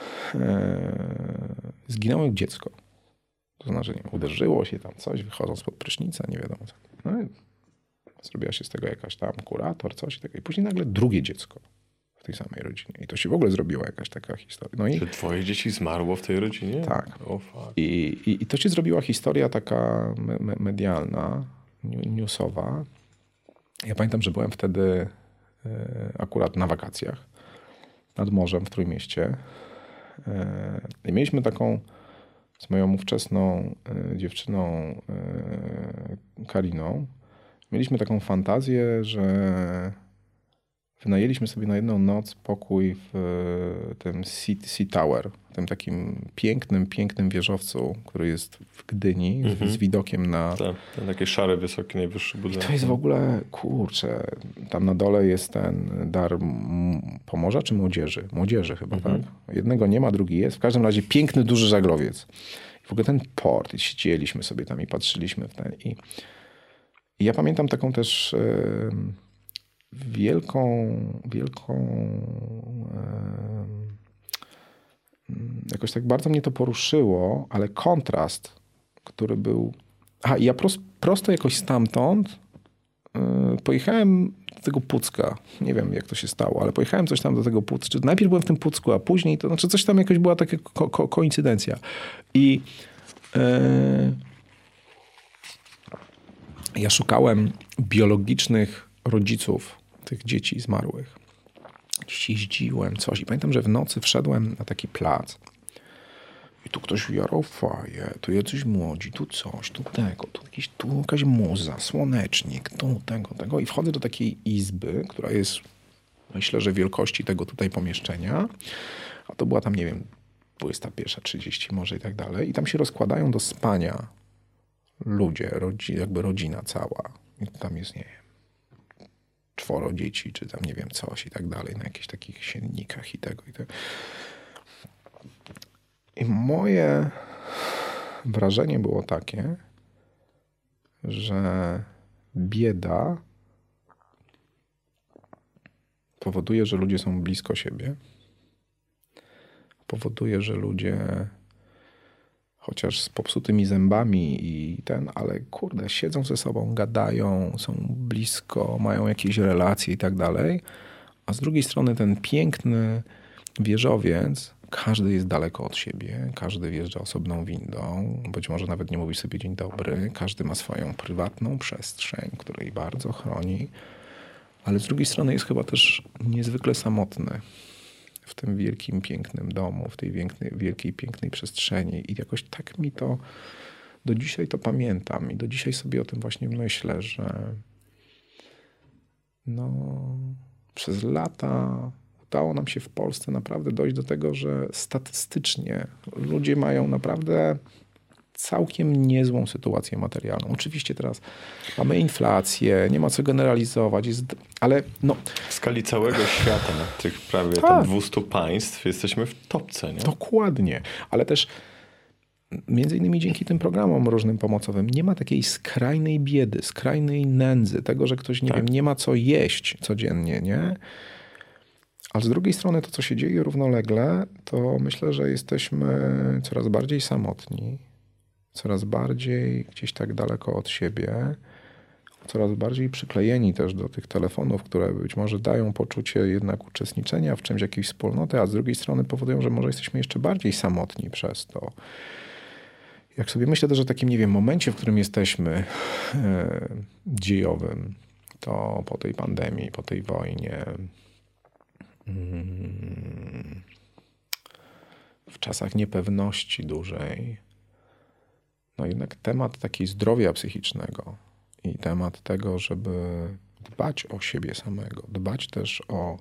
zginęło dziecko. To znaczy, nie wiem, uderzyło się tam coś, wychodząc spod prysznica, nie wiadomo co. No i zrobiła się z tego jakaś tam kurator, coś takiego. I później nagle drugie dziecko w tej samej rodzinie. I to się w ogóle zrobiła jakaś taka historia. No Czy twoje dzieci zmarło w tej rodzinie? Tak. Oh, fuck. I to się zrobiła historia taka medialna, newsowa. Ja pamiętam, że byłem wtedy akurat na wakacjach nad morzem w Trójmieście. I mieliśmy taką z moją ówczesną dziewczyną Kariną. Mieliśmy taką fantazję, że wynajęliśmy sobie na jedną noc pokój w tym Sea Tower, tym takim pięknym wieżowcu, który jest w Gdyni, z widokiem na... Ten taki szary, wysoki, najwyższy budynek. I to jest w ogóle, kurczę, tam na dole jest ten dar Pomorza czy Młodzieży? Młodzieży chyba, tak? Jednego nie ma, drugi jest. W każdym razie piękny, duży żagrowiec. W ogóle ten port, i siedzieliśmy sobie tam i patrzyliśmy w ten. I ja pamiętam taką też wielką jakoś tak bardzo mnie to poruszyło, ale kontrast, który był... I ja prosto jakoś stamtąd pojechałem do tego Pucka. Nie wiem, jak to się stało, ale pojechałem coś tam do tego Pucka. Najpierw byłem w tym Pucku, a później to znaczy coś tam jakoś była taka koincydencja. I ja szukałem biologicznych rodziców tych dzieci zmarłych. Jeździłem coś i pamiętam, że w nocy wszedłem na taki plac i tu ktoś jarał faję, tu jacyś młodzi, tu coś, tu tego, tu jakaś muza, słonecznik, tu tego i wchodzę do takiej izby, która jest, myślę, że wielkości tego tutaj pomieszczenia, a to była tam, nie wiem, 21:30 może i tak dalej i tam się rozkładają do spania ludzie, jakby rodzina cała i tam jest, nie wiem, 4 dzieci, czy tam nie wiem coś i tak dalej, na jakichś takich siennikach i tego. I moje wrażenie było takie, że bieda powoduje, że ludzie są blisko siebie. Powoduje, że ludzie chociaż z popsutymi zębami ale kurde, siedzą ze sobą, gadają, są blisko, mają jakieś relacje i tak dalej. A z drugiej strony ten piękny wieżowiec, każdy jest daleko od siebie, każdy wjeżdża osobną windą, być może nawet nie mówi sobie dzień dobry, każdy ma swoją prywatną przestrzeń, której bardzo chroni, ale z drugiej strony jest chyba też niezwykle samotny w tym wielkim, pięknym domu, w tej wielkiej, pięknej przestrzeni. I jakoś tak mi to, do dzisiaj to pamiętam i do dzisiaj sobie o tym właśnie myślę, że przez lata udało nam się w Polsce naprawdę dojść do tego, że statystycznie ludzie mają naprawdę całkiem niezłą sytuację materialną. Oczywiście teraz mamy inflację, nie ma co generalizować, ale w skali całego świata, na tych prawie tam 200 państw, jesteśmy w topce, nie? Dokładnie, ale też między innymi dzięki tym programom różnym pomocowym nie ma takiej skrajnej biedy, skrajnej nędzy, tego, że ktoś, nie wiem, nie ma co jeść codziennie, nie? Ale z drugiej strony to, co się dzieje równolegle, to myślę, że jesteśmy coraz bardziej samotni, coraz bardziej gdzieś tak daleko od siebie, coraz bardziej przyklejeni też do tych telefonów, które być może dają poczucie jednak uczestniczenia w czymś, jakiejś wspólnoty, a z drugiej strony powodują, że może jesteśmy jeszcze bardziej samotni przez to. Jak sobie myślę też o takim, nie wiem, momencie, w którym jesteśmy dziejowym, to po tej pandemii, po tej wojnie, w czasach niepewności dużej, jednak temat takiej zdrowia psychicznego i temat tego, żeby dbać o siebie samego, dbać też o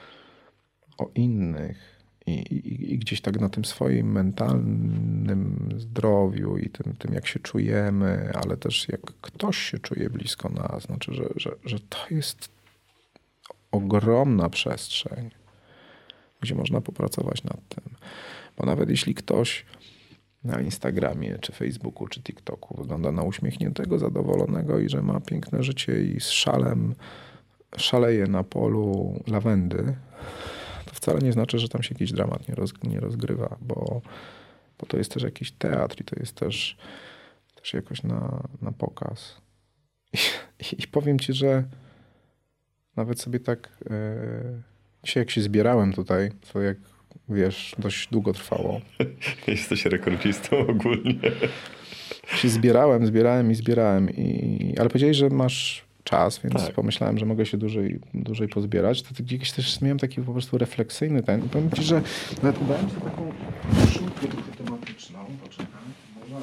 innych i gdzieś tak na tym swoim mentalnym zdrowiu i tym jak się czujemy, ale też jak ktoś się czuje blisko nas. Znaczy, że to jest ogromna przestrzeń, gdzie można popracować nad tym. Bo nawet jeśli ktoś na Instagramie, czy Facebooku, czy TikToku wygląda na uśmiechniętego, zadowolonego i że ma piękne życie i z szaleje na polu lawendy, to wcale nie znaczy, że tam się jakiś dramat nie rozgrywa, bo to jest też jakiś teatr i to jest też jakoś na pokaz. I powiem ci, że nawet sobie tak dzisiaj jak się zbierałem tutaj, to jak wiesz, dość długo trwało. Jesteś rekordzistą ogólnie. Się zbierałem, ale powiedziałeś, że masz czas, więc pomyślałem, że mogę się dłużej pozbierać. To gdzieś też miałem taki po prostu refleksyjny ten. I powiem ci, że nawet udałem sobie taką koszulkę tematyczną. Poczekaj, może...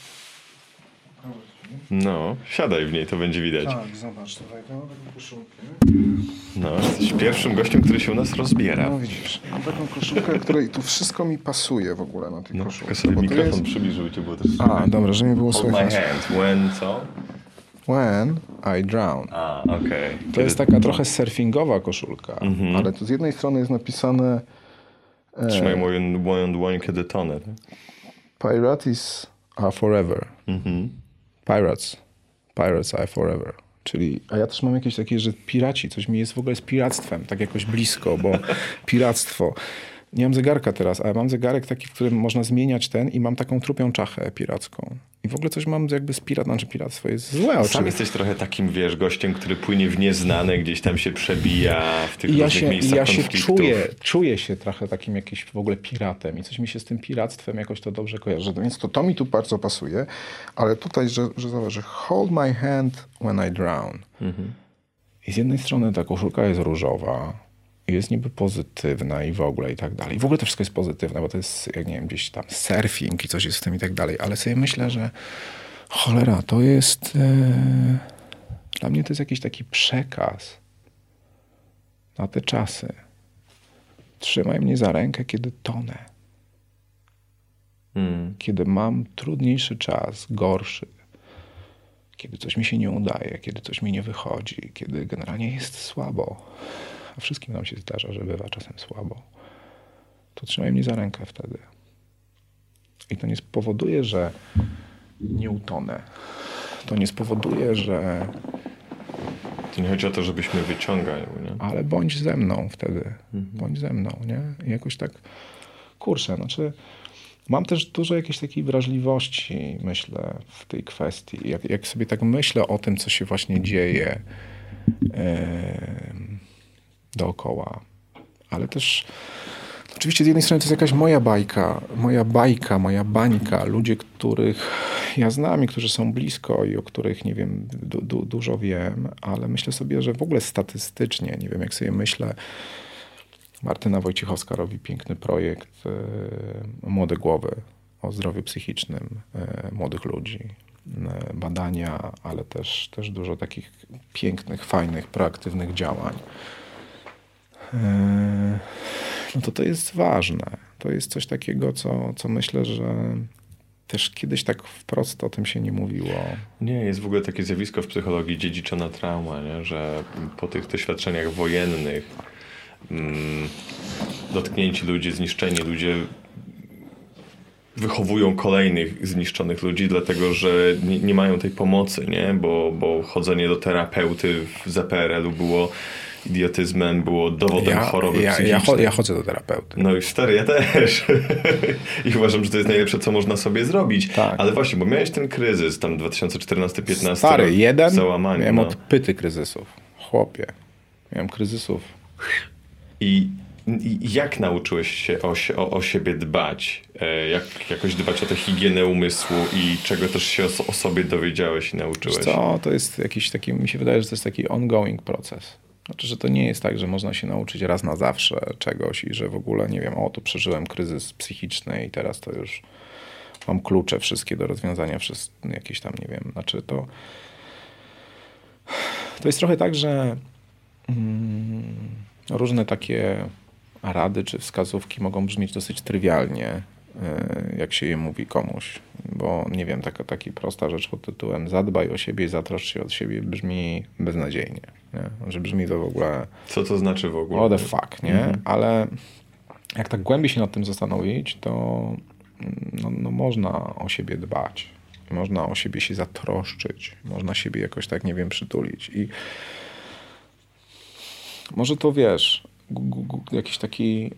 No, siadaj w niej, to będzie widać. Tak, zobacz, tutaj mam taką koszulkę. No, jesteś pierwszym gościem, który się u nas rozbiera. No widzisz, mam taką koszulkę, której tu wszystko mi pasuje w ogóle na tej koszulce. Tylko sobie mikrofon przybliżył, cię było też słychać. Dobra, że mi było słychać. Hold my hand, when co? When I drown. Okej. To jest taka trochę surfingowa koszulka, ale tu z jednej strony jest napisane... Trzymaj moją dłoń, kiedy tonę. Pirates are forever. Pirates are forever. Czyli, a ja też mam jakieś takie, że piraci, coś mi jest w ogóle z piractwem, tak jakoś blisko, bo piractwo. Nie mam zegarka teraz, ale mam zegarek taki, w którym można zmieniać i mam taką trupią czachę piracką. I w ogóle coś mam jakby z piractwo jest złe. Sam oczywiście. jesteś trochę takim, wiesz, gościem, który płynie w nieznane, gdzieś tam się przebija w tych różnych miejscach konfliktów. Czuję się trochę takim jakimś w ogóle piratem i coś mi się z tym piractwem jakoś to dobrze kojarzy. Więc to mi tu bardzo pasuje, ale tutaj, że hold my hand when I drown. I z jednej strony ta koszulka jest różowa, jest niby pozytywna i w ogóle i tak dalej. I w ogóle to wszystko jest pozytywne, bo to jest, jak nie wiem, gdzieś tam surfing i coś jest w tym i tak dalej. Ale sobie myślę, że cholera, to jest... Dla mnie to jest jakiś taki przekaz na te czasy. Trzymaj mnie za rękę, kiedy tonę. Kiedy mam trudniejszy czas, gorszy. Kiedy coś mi się nie udaje, kiedy coś mi nie wychodzi, kiedy generalnie jest słabo. A wszystkim nam się zdarza, że bywa czasem słabo. To trzymaj mnie za rękę wtedy. I to nie spowoduje, że nie utonę. To nie spowoduje, że... To nie chodzi o to, żebyśmy wyciągali, nie? Ale bądź ze mną wtedy. Bądź ze mną, nie? I jakoś tak... Kurczę, znaczy... Mam też dużo jakiejś takiej wrażliwości, myślę, w tej kwestii. Jak sobie tak myślę o tym, co się właśnie dzieje dookoła. Ale też oczywiście z jednej strony to jest jakaś moja bajka, moja bańka. Ludzie, których ja znam i którzy są blisko i o których, nie wiem, dużo wiem, ale myślę sobie, że w ogóle statystycznie, nie wiem, jak sobie myślę, Martyna Wojciechowska robi piękny projekt Młode Głowy o zdrowiu psychicznym młodych ludzi. Badania, ale też dużo takich pięknych, fajnych, proaktywnych działań. No to jest ważne. To jest coś takiego, co myślę, że też kiedyś tak wprost o tym się nie mówiło. Nie, jest w ogóle takie zjawisko w psychologii dziedziczona trauma, nie? Że po tych doświadczeniach wojennych dotknięci ludzie, zniszczeni ludzie wychowują kolejnych zniszczonych ludzi, dlatego że nie mają tej pomocy, nie? Bo chodzenie do terapeuty w ZPRL-u było idiotyzmem, było dowodem choroby psychicznej. Ja chodzę do terapeuty. No i stary, ja też. I uważam, że to jest najlepsze, co można sobie zrobić. Tak. Ale właśnie, bo miałeś ten kryzys tam 2014-15. Stary, jeden załamanie, miałem odpyty kryzysów. Chłopie. Miałem kryzysów. I jak nauczyłeś się o siebie dbać? Jak jakoś dbać o tę higienę umysłu i czego też się o sobie dowiedziałeś i nauczyłeś? Co? To jest jakiś taki, mi się wydaje, że to jest taki ongoing proces. Znaczy, że to nie jest tak, że można się nauczyć raz na zawsze czegoś i że w ogóle, nie wiem, tu przeżyłem kryzys psychiczny i teraz to już mam klucze wszystkie do rozwiązania jakieś tam, nie wiem, znaczy to jest trochę tak, że różne takie rady czy wskazówki mogą brzmieć dosyć trywialnie, jak się je mówi komuś, bo nie wiem, taka prosta rzecz pod tytułem zadbaj o siebie i zatroszcz się o siebie brzmi beznadziejnie, nie? Że brzmi to w ogóle... Co to znaczy w ogóle? What the fuck, nie? Ale jak tak głębiej się nad tym zastanowić, to no można o siebie dbać, można o siebie się zatroszczyć, można siebie jakoś tak, nie wiem, przytulić i może to, wiesz, jakiś taki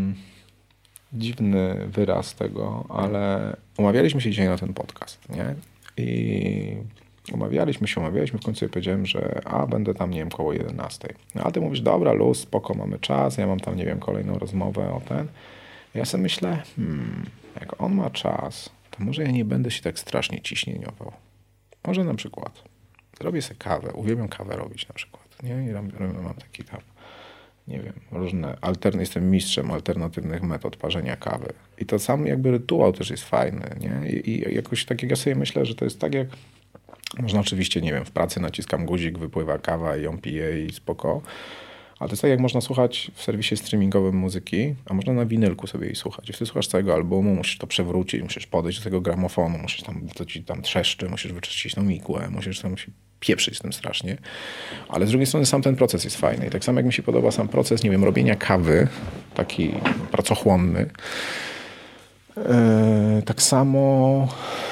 dziwny wyraz tego, ale umawialiśmy się dzisiaj na ten podcast, nie? I umawialiśmy, w końcu ja powiedziałem, że będę tam, nie wiem, koło 11. No, a ty mówisz, dobra, luz, spoko, mamy czas, ja mam tam, nie wiem, kolejną rozmowę o ten. Ja sobie myślę, jak on ma czas, to może ja nie będę się tak strasznie ciśnieniował. Może na przykład zrobię sobie kawę, uwielbiam kawę robić na przykład, nie? I mam taki tam, nie wiem, różne, jestem mistrzem alternatywnych metod parzenia kawy. I to sam jakby rytuał też jest fajny, nie? I jakoś tak jak ja sobie myślę, że to jest tak jak, można oczywiście, nie wiem, w pracy naciskam guzik, wypływa kawa i ją piję i spoko. Ale to jest tak jak można słuchać w serwisie streamingowym muzyki, a można na winylku sobie jej słuchać. Jeśli słuchasz całego albumu, musisz to przewrócić, musisz podejść do tego gramofonu, musisz tam, to ci tam trzeszczy, musisz wyczyścić tą igłę, musisz tam się pieprzyć z tym strasznie. Ale z drugiej strony sam ten proces jest fajny. I tak samo jak mi się podoba sam proces, nie wiem, robienia kawy, taki pracochłonny, Tak samo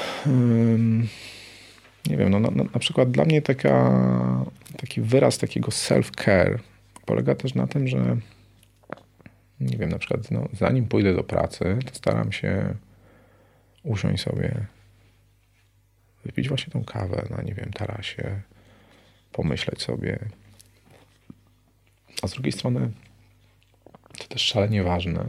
nie wiem, no, na przykład dla mnie taki wyraz takiego self-care polega też na tym, że nie wiem, na przykład zanim pójdę do pracy, to staram się usiąść sobie, wypić właśnie tą kawę na, nie wiem, tarasie, pomyśleć sobie. A z drugiej strony, to też szalenie ważne,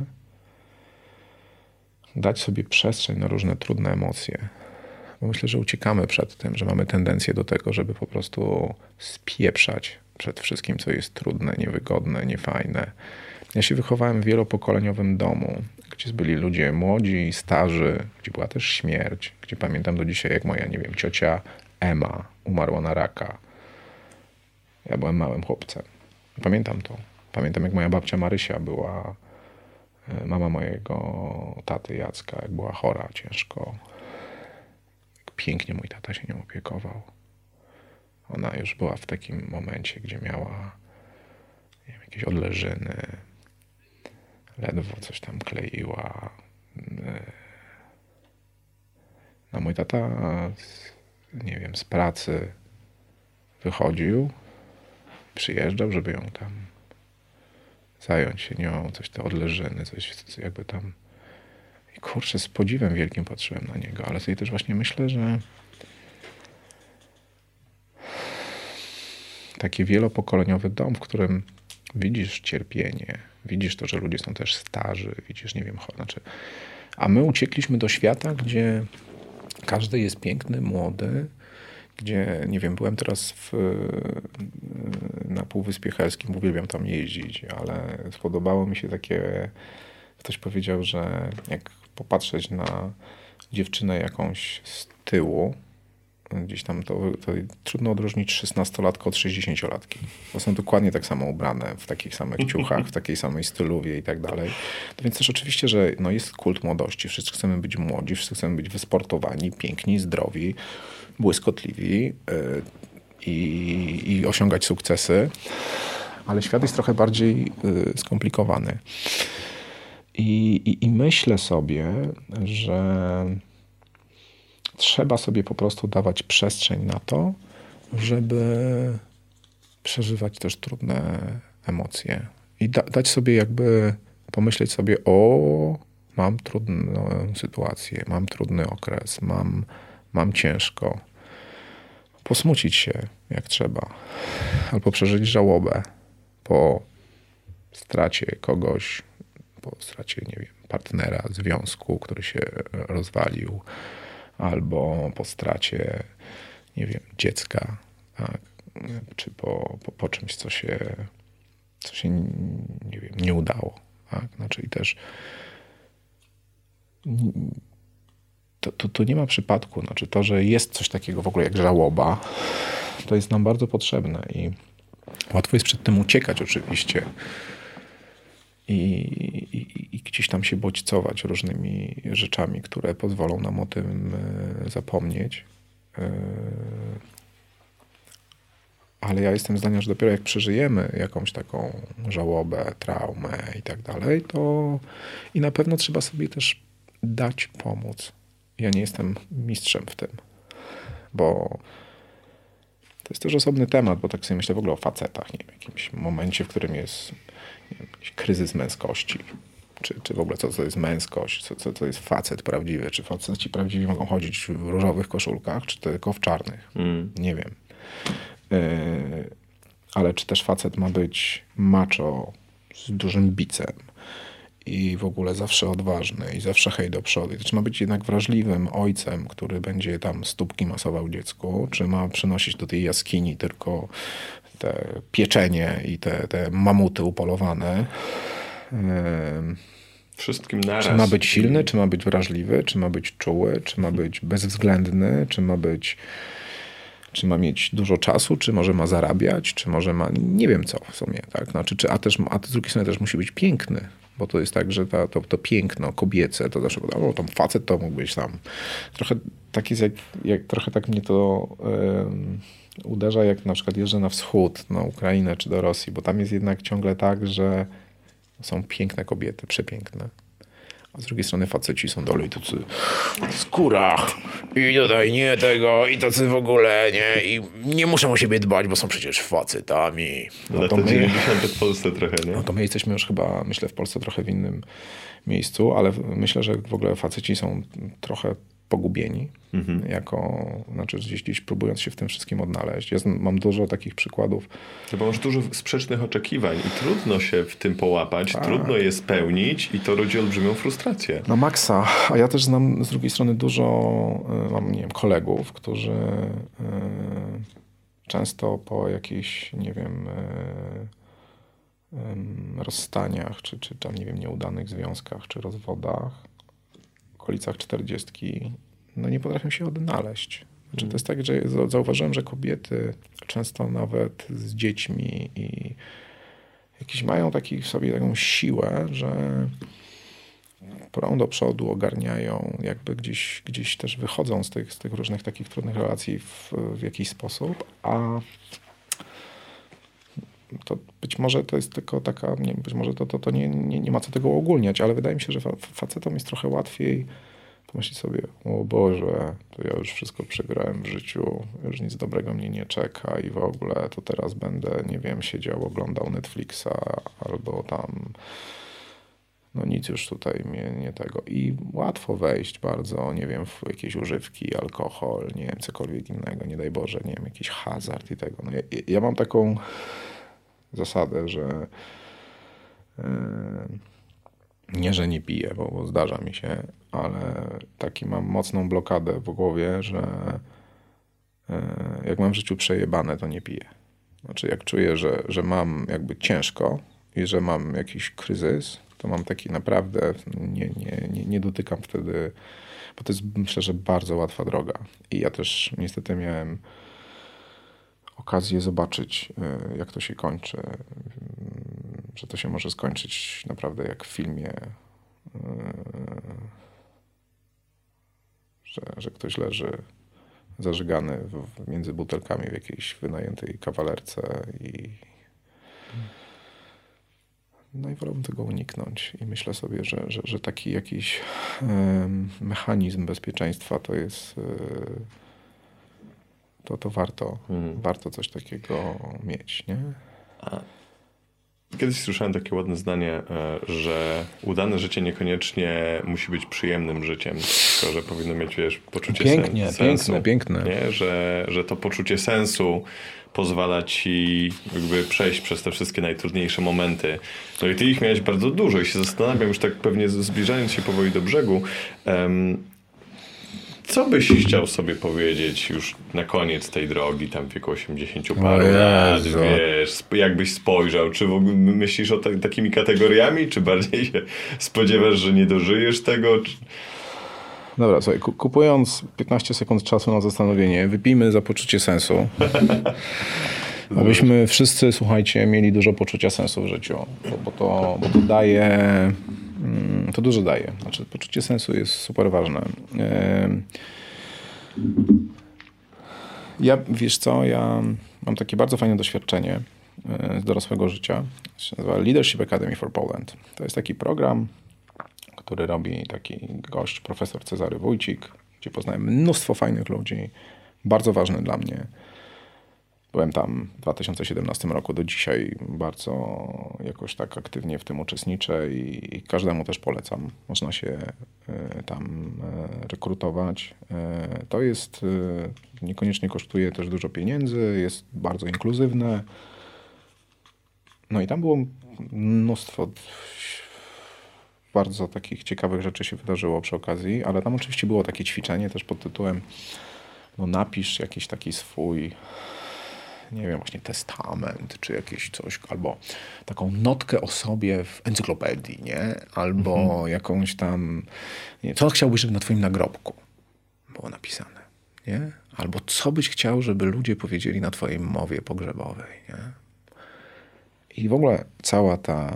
dać sobie przestrzeń na różne trudne emocje. Bo myślę, że uciekamy przed tym, że mamy tendencję do tego, żeby po prostu spieprzać przed wszystkim, co jest trudne, niewygodne, niefajne. Ja się wychowałem w wielopokoleniowym domu, gdzie byli ludzie młodzi, starzy, gdzie była też śmierć, gdzie pamiętam do dzisiaj, jak moja, nie wiem, ciocia Ema umarła na raka. Ja byłem małym chłopcem. Pamiętam to. Pamiętam, jak moja babcia Marysia była, mama mojego taty Jacka, jak była chora ciężko. Jak pięknie mój tata się nią opiekował. Ona już była w takim momencie, gdzie miała, nie wiem, jakieś odleżyny, ledwo coś tam kleiła. No mój tata, nie wiem, z pracy wychodził, przyjeżdżał, żeby ją tam zająć się nią, coś te odleżyny, coś jakby tam. I kurczę, z podziwem wielkim patrzyłem na niego, ale sobie też właśnie myślę, że taki wielopokoleniowy dom, w którym widzisz cierpienie, widzisz to, że ludzie są też starzy, widzisz, nie wiem, a my uciekliśmy do świata, gdzie każdy jest piękny, młody, gdzie, nie wiem, byłem teraz na Półwyspie Helskim, uwielbiam tam jeździć, ale spodobało mi się takie, ktoś powiedział, że jak popatrzeć na dziewczynę jakąś z tyłu, gdzieś tam to trudno odróżnić 16-latkę od 60-latki. Bo są dokładnie tak samo ubrane, w takich samych ciuchach, w takiej samej stylowie i tak dalej. To więc też oczywiście, że jest kult młodości. Wszyscy chcemy być młodzi, wszyscy chcemy być wysportowani, piękni, zdrowi, błyskotliwi i osiągać sukcesy. Ale świat jest trochę bardziej skomplikowany. I myślę sobie, że trzeba sobie po prostu dawać przestrzeń na to, żeby przeżywać też trudne emocje. I dać sobie jakby pomyśleć sobie, mam trudną sytuację, mam trudny okres, mam ciężko. Posmucić się jak trzeba. Albo przeżyć żałobę po stracie kogoś, po stracie, nie wiem, partnera, związku, który się rozwalił, albo po stracie, nie wiem, dziecka, tak? Czy po czymś, co się nie wiem, nie udało. Tak? Znaczy i też to nie ma przypadku. Znaczy to, że jest coś takiego w ogóle jak żałoba, to jest nam bardzo potrzebne i łatwo jest przed tym uciekać oczywiście. I gdzieś tam się bodźcować różnymi rzeczami, które pozwolą nam o tym zapomnieć. Ale ja jestem zdania, że dopiero jak przeżyjemy jakąś taką żałobę, traumę i tak dalej, to i na pewno trzeba sobie też dać pomóc. Ja nie jestem mistrzem w tym, bo to jest też osobny temat, bo tak sobie myślę w ogóle o facetach, nie wiem, w jakimś momencie, w którym jest jakiś kryzys męskości, czy w ogóle co to jest męskość, co to jest facet prawdziwy, czy faceci prawdziwi mogą chodzić w różowych koszulkach, czy tylko w czarnych. Nie wiem. Ale czy też facet ma być macho z dużym bicem i w ogóle zawsze odważny i zawsze hej do przodu. Czy ma być jednak wrażliwym ojcem, który będzie tam stópki masował dziecku, czy ma przynosić do tej jaskini tylko te pieczenie i te mamuty upolowane. Wszystkim naraz. Czy ma być silny, czy ma być wrażliwy, czy ma być czuły, czy ma być bezwzględny, czy ma mieć dużo czasu, czy może ma zarabiać, czy może ma, nie wiem co w sumie, tak? Znaczy, a z drugiej strony też musi być piękny, bo to jest tak, że to piękno kobiece, to zawsze tam facet to mógł być tam. Trochę tak jest, jak trochę tak mnie to uderza, jak na przykład jeżdżę na wschód, na Ukrainę czy do Rosji, bo tam jest jednak ciągle tak, że są piękne kobiety, przepiękne. A z drugiej strony faceci są dalej tacy w skórach i tutaj nie tego i tacy w ogóle, nie? I nie muszą o siebie dbać, bo są przecież facetami. No to my... 90 w Polsce trochę, nie? No to my jesteśmy już chyba, myślę, w Polsce trochę w innym miejscu, ale myślę, że w ogóle faceci są trochę pogubieni, znaczy gdzieś próbując się w tym wszystkim odnaleźć. Ja mam dużo takich przykładów. Bo masz dużo sprzecznych oczekiwań i trudno się w tym połapać, trudno je spełnić i to rodzi olbrzymią frustrację. Na maksa. A ja też znam z drugiej strony dużo, mam, nie wiem, kolegów, którzy często po jakichś, nie wiem, rozstaniach, czy tam, nie wiem, nieudanych związkach, czy rozwodach, w okolicach 40, no nie potrafią się odnaleźć. Znaczy, to jest tak, że zauważyłem, że kobiety często nawet z dziećmi i jakieś mają w sobie taką siłę, że prą do przodu, ogarniają, jakby gdzieś też wychodzą z tych różnych takich trudnych relacji w jakiś sposób, a to być może to jest tylko taka, być może to nie ma co tego uogólniać, ale wydaje mi się, że facetom jest trochę łatwiej pomyśleć sobie, o Boże, to ja już wszystko przegrałem w życiu, już nic dobrego mnie nie czeka i w ogóle to teraz będę, nie wiem, siedział, oglądał Netflixa albo tam, no nic już tutaj mnie nie tego. I łatwo wejść bardzo, nie wiem, w jakieś używki, alkohol, nie wiem, cokolwiek innego, nie daj Boże, nie wiem, jakiś hazard i tego. No ja mam taką zasadę, że nie, że nie piję, bo zdarza mi się, ale taki mam mocną blokadę w głowie, że jak mam w życiu przejebane, to nie piję. Znaczy jak czuję, że mam jakby ciężko i że mam jakiś kryzys, to mam taki naprawdę, nie dotykam wtedy, bo to jest, myślę, że bardzo łatwa droga. I ja też niestety miałem okazję zobaczyć, jak to się kończy, że to się może skończyć naprawdę jak w filmie, że ktoś leży zażygany między butelkami w jakiejś wynajętej kawalerce no i wolałbym tego uniknąć i myślę sobie, że taki jakiś mechanizm bezpieczeństwa to jest to warto coś takiego mieć, nie? Kiedyś słyszałem takie ładne zdanie, że udane życie niekoniecznie musi być przyjemnym życiem, tylko że powinno mieć, poczucie sensu. Piękne. Nie? Że to poczucie sensu pozwala ci jakby przejść przez te wszystkie najtrudniejsze momenty. No i ty ich miałeś bardzo dużo i się zastanawiam, już tak pewnie zbliżając się powoli do brzegu, co byś chciał sobie powiedzieć już na koniec tej drogi, tam w wieku 80 paru lat, wiesz, jakbyś spojrzał, czy w ogóle myślisz o takimi kategoriami, czy bardziej się spodziewasz, że nie dożyjesz tego? Czy... Dobra, słuchaj, kupując 15 sekund czasu na zastanowienie, wypijmy za poczucie sensu. Abyśmy wszyscy, słuchajcie, mieli dużo poczucia sensu w życiu, bo to daje... To dużo daje. Znaczy, poczucie sensu jest super ważne. Wiesz co, ja mam takie bardzo fajne doświadczenie z dorosłego życia. To się nazywa Leadership Academy for Poland. To jest taki program, który robi taki gość, profesor Cezary Wójcik, gdzie poznałem mnóstwo fajnych ludzi. Bardzo ważny dla mnie. Byłem tam w 2017 roku, do dzisiaj bardzo jakoś tak aktywnie w tym uczestniczę i każdemu też polecam. Można się tam rekrutować. To jest, niekoniecznie kosztuje też dużo pieniędzy, jest bardzo inkluzywne. No i tam było mnóstwo bardzo takich ciekawych rzeczy się wydarzyło przy okazji, ale tam oczywiście było takie ćwiczenie też pod tytułem napisz jakiś taki swój, nie wiem, właśnie testament, czy jakieś coś, albo taką notkę o sobie w encyklopedii, nie? Albo jakąś tam, nie, co chciałbyś, żeby na twoim nagrobku było napisane, nie? Albo co byś chciał, żeby ludzie powiedzieli na twojej mowie pogrzebowej, nie? I w ogóle cała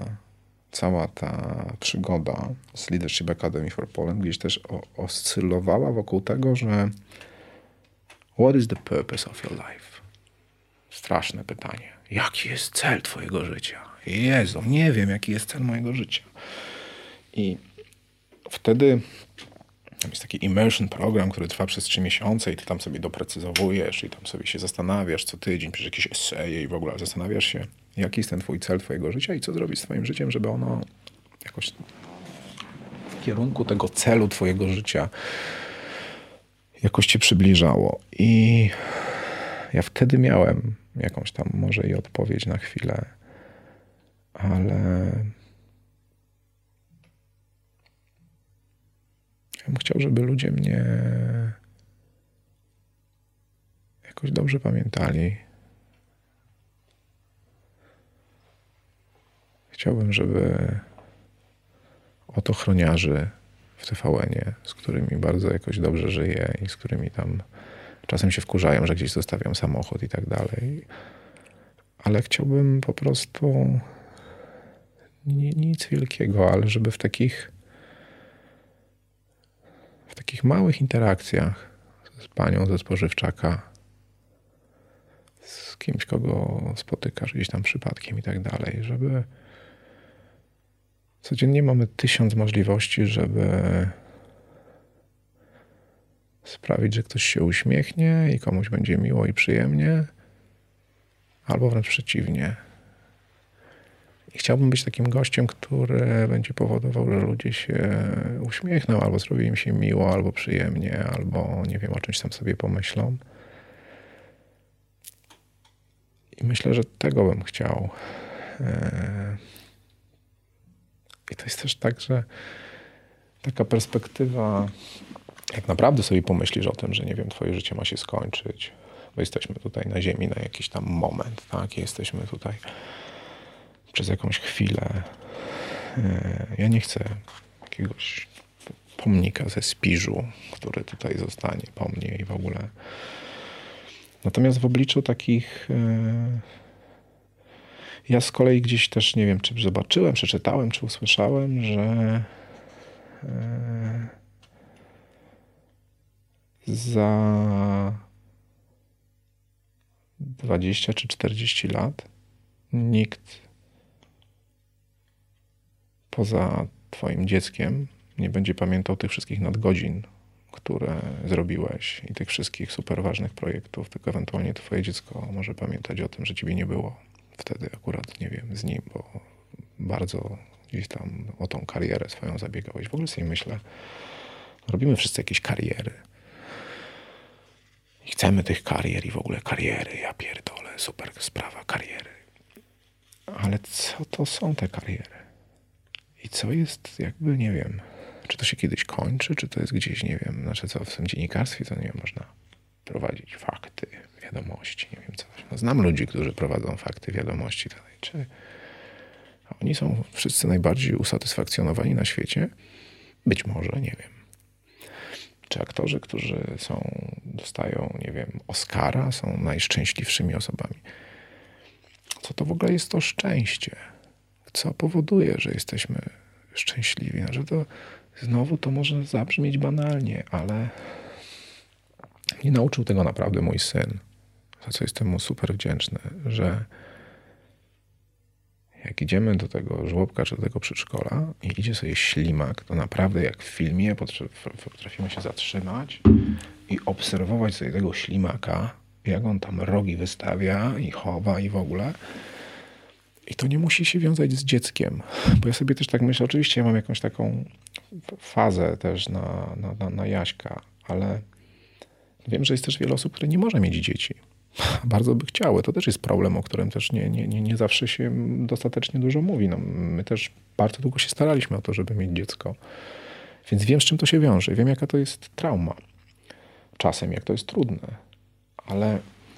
ta przygoda z Leadership Academy for Poland gdzieś też oscylowała wokół tego, że what is the purpose of your life? Straszne pytanie. Jaki jest cel twojego życia? Jezu, nie wiem, jaki jest cel mojego życia. I wtedy tam jest taki immersion program, który trwa przez 3 miesiące i ty tam sobie doprecyzowujesz i tam sobie się zastanawiasz co tydzień, przez jakieś eseje i w ogóle zastanawiasz się, jaki jest ten twój cel twojego życia i co zrobić z twoim życiem, żeby ono jakoś w kierunku tego celu twojego życia jakoś cię przybliżało. I ja wtedy miałem jakąś tam może i odpowiedź na chwilę, ale ja bym chciał, żeby ludzie mnie jakoś dobrze pamiętali. Chciałbym, żeby od ochroniarzy w TVN-ie, z którymi bardzo jakoś dobrze żyję i z którymi tam czasem się wkurzają, że gdzieś zostawiam samochód i tak dalej. Ale chciałbym po prostu nic wielkiego, ale żeby w takich małych interakcjach z panią ze spożywczaka, z kimś, kogo spotykasz gdzieś tam przypadkiem i tak dalej, żeby codziennie mamy 1000 możliwości, żeby sprawić, że ktoś się uśmiechnie i komuś będzie miło i przyjemnie, albo wręcz przeciwnie. I chciałbym być takim gościem, który będzie powodował, że ludzie się uśmiechną, albo zrobi im się miło, albo przyjemnie, albo nie wiem, o czymś tam sobie pomyślą. I myślę, że tego bym chciał. I to jest też tak, że taka perspektywa, jak naprawdę sobie pomyślisz o tym, że nie wiem, twoje życie ma się skończyć, bo jesteśmy tutaj na ziemi na jakiś tam moment, tak? Jesteśmy tutaj przez jakąś chwilę. Ja nie chcę jakiegoś pomnika ze Spiżu, który tutaj zostanie po mnie i w ogóle. Natomiast w obliczu takich... Ja z kolei gdzieś też, nie wiem, czy zobaczyłem, przeczytałem, czy usłyszałem, że za 20 czy 40 lat nikt poza twoim dzieckiem nie będzie pamiętał tych wszystkich nadgodzin, które zrobiłeś i tych wszystkich super ważnych projektów, tylko ewentualnie twoje dziecko może pamiętać o tym, że ciebie nie było wtedy akurat, nie wiem, z nim, bo bardzo gdzieś tam o tą karierę swoją zabiegałeś. W ogóle sobie myślę, robimy wszyscy jakieś kariery. I chcemy tych karier i w ogóle kariery, ja pierdolę, super sprawa, kariery. Ale co to są te kariery? I co jest jakby, nie wiem, czy to się kiedyś kończy, czy to jest gdzieś, nie wiem, znaczy co, w tym dziennikarstwie to nie wiem, można prowadzić fakty, wiadomości, nie wiem coś. No, znam ludzi, którzy prowadzą fakty, wiadomości. Czy oni są wszyscy najbardziej usatysfakcjonowani na świecie? Być może, nie wiem. Czy aktorzy, którzy dostają, nie wiem, Oscara, są najszczęśliwszymi osobami? Co to w ogóle jest to szczęście? Co powoduje, że jesteśmy szczęśliwi? Znaczy to znowu to może zabrzmieć banalnie, ale nie nauczył tego naprawdę mój syn, za co jestem mu super wdzięczny, że jak idziemy do tego żłobka czy do tego przedszkola i idzie sobie ślimak, to naprawdę jak w filmie potrafimy się zatrzymać i obserwować sobie tego ślimaka, jak on tam rogi wystawia i chowa i w ogóle. I to nie musi się wiązać z dzieckiem, bo ja sobie też tak myślę, oczywiście ja mam jakąś taką fazę też na Jaśka, ale wiem, że jest też wiele osób, które nie może mieć dzieci. Bardzo by chciały. To też jest problem, o którym też nie zawsze się dostatecznie dużo mówi. No, my też bardzo długo się staraliśmy o to, żeby mieć dziecko. Więc wiem, z czym to się wiąże. Wiem, jaka to jest trauma. Czasem, jak to jest trudne. Ale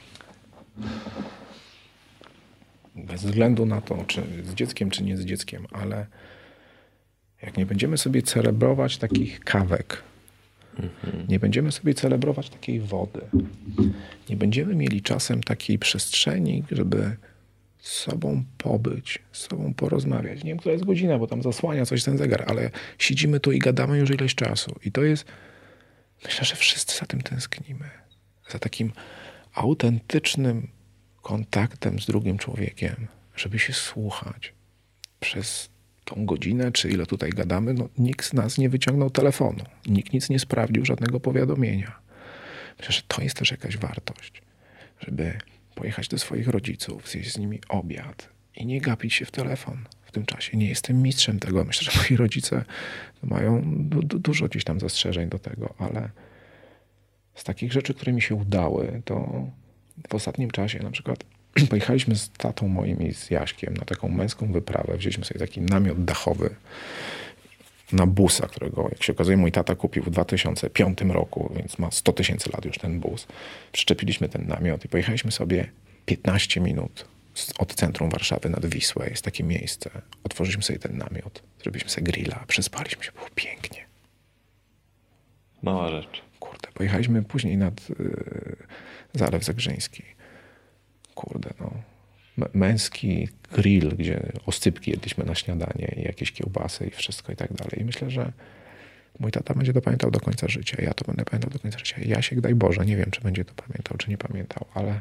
bez względu na to, czy z dzieckiem, czy nie z dzieckiem, ale jak nie będziemy sobie celebrować takich kawek, nie będziemy sobie celebrować takiej wody, nie będziemy mieli czasem takiej przestrzeni, żeby z sobą pobyć, z sobą porozmawiać. Nie wiem, która jest godzina, bo tam zasłania coś ten zegar, ale siedzimy tu i gadamy już ileś czasu. I to jest, myślę, że wszyscy za tym tęsknimy. Za takim autentycznym kontaktem z drugim człowiekiem, żeby się słuchać przez tą godzinę, czy ile tutaj gadamy, no nikt z nas nie wyciągnął telefonu. Nikt nic nie sprawdził, żadnego powiadomienia. Myślę, że to jest też jakaś wartość, żeby pojechać do swoich rodziców, zjeść z nimi obiad i nie gapić się w telefon w tym czasie. Nie jestem mistrzem tego. Myślę, że moi rodzice mają dużo gdzieś tam zastrzeżeń do tego, ale z takich rzeczy, które mi się udały, to w ostatnim czasie na przykład pojechaliśmy z tatą moim i z Jaśkiem na taką męską wyprawę. Wzięliśmy sobie taki namiot dachowy na busa, którego, jak się okazuje, mój tata kupił w 2005 roku, więc ma 100 000 lat już ten bus. Przyczepiliśmy ten namiot i pojechaliśmy sobie 15 minut od centrum Warszawy nad Wisłę. Jest takie miejsce. Otworzyliśmy sobie ten namiot, zrobiliśmy sobie grilla, przespaliśmy się, było pięknie. Mała rzecz. Kurde, pojechaliśmy później nad Zalew Zagrzeński. Kurde, no. Męski grill, gdzie oscypki jedliśmy na śniadanie i jakieś kiełbasy i wszystko i tak dalej. I myślę, że mój tata będzie to pamiętał do końca życia. Ja to będę pamiętał do końca życia. Jasiek, daj Boże, nie wiem, czy będzie to pamiętał, czy nie pamiętał, ale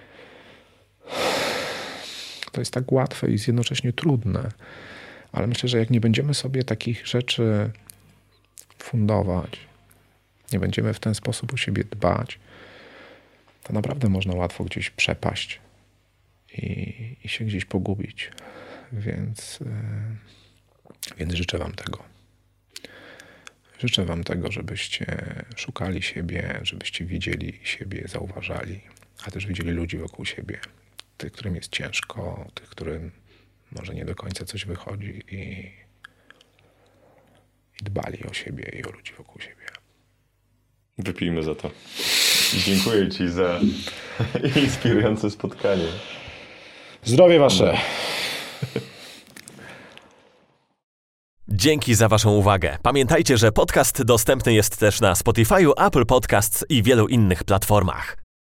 to jest tak łatwe i jednocześnie trudne. Ale myślę, że jak nie będziemy sobie takich rzeczy fundować, nie będziemy w ten sposób o siebie dbać, to naprawdę można łatwo gdzieś przepaść i się gdzieś pogubić. Więc życzę wam tego. Życzę wam tego, żebyście szukali siebie, żebyście widzieli siebie, zauważali, a też widzieli ludzi wokół siebie. Tych, którym jest ciężko, tych, którym może nie do końca coś wychodzi i dbali o siebie i o ludzi wokół siebie. Wypijmy za to. Dziękuję ci za inspirujące spotkanie. Zdrowie wasze! Dzięki za waszą uwagę. Pamiętajcie, że podcast dostępny jest też na Spotify'u, Apple Podcasts i wielu innych platformach.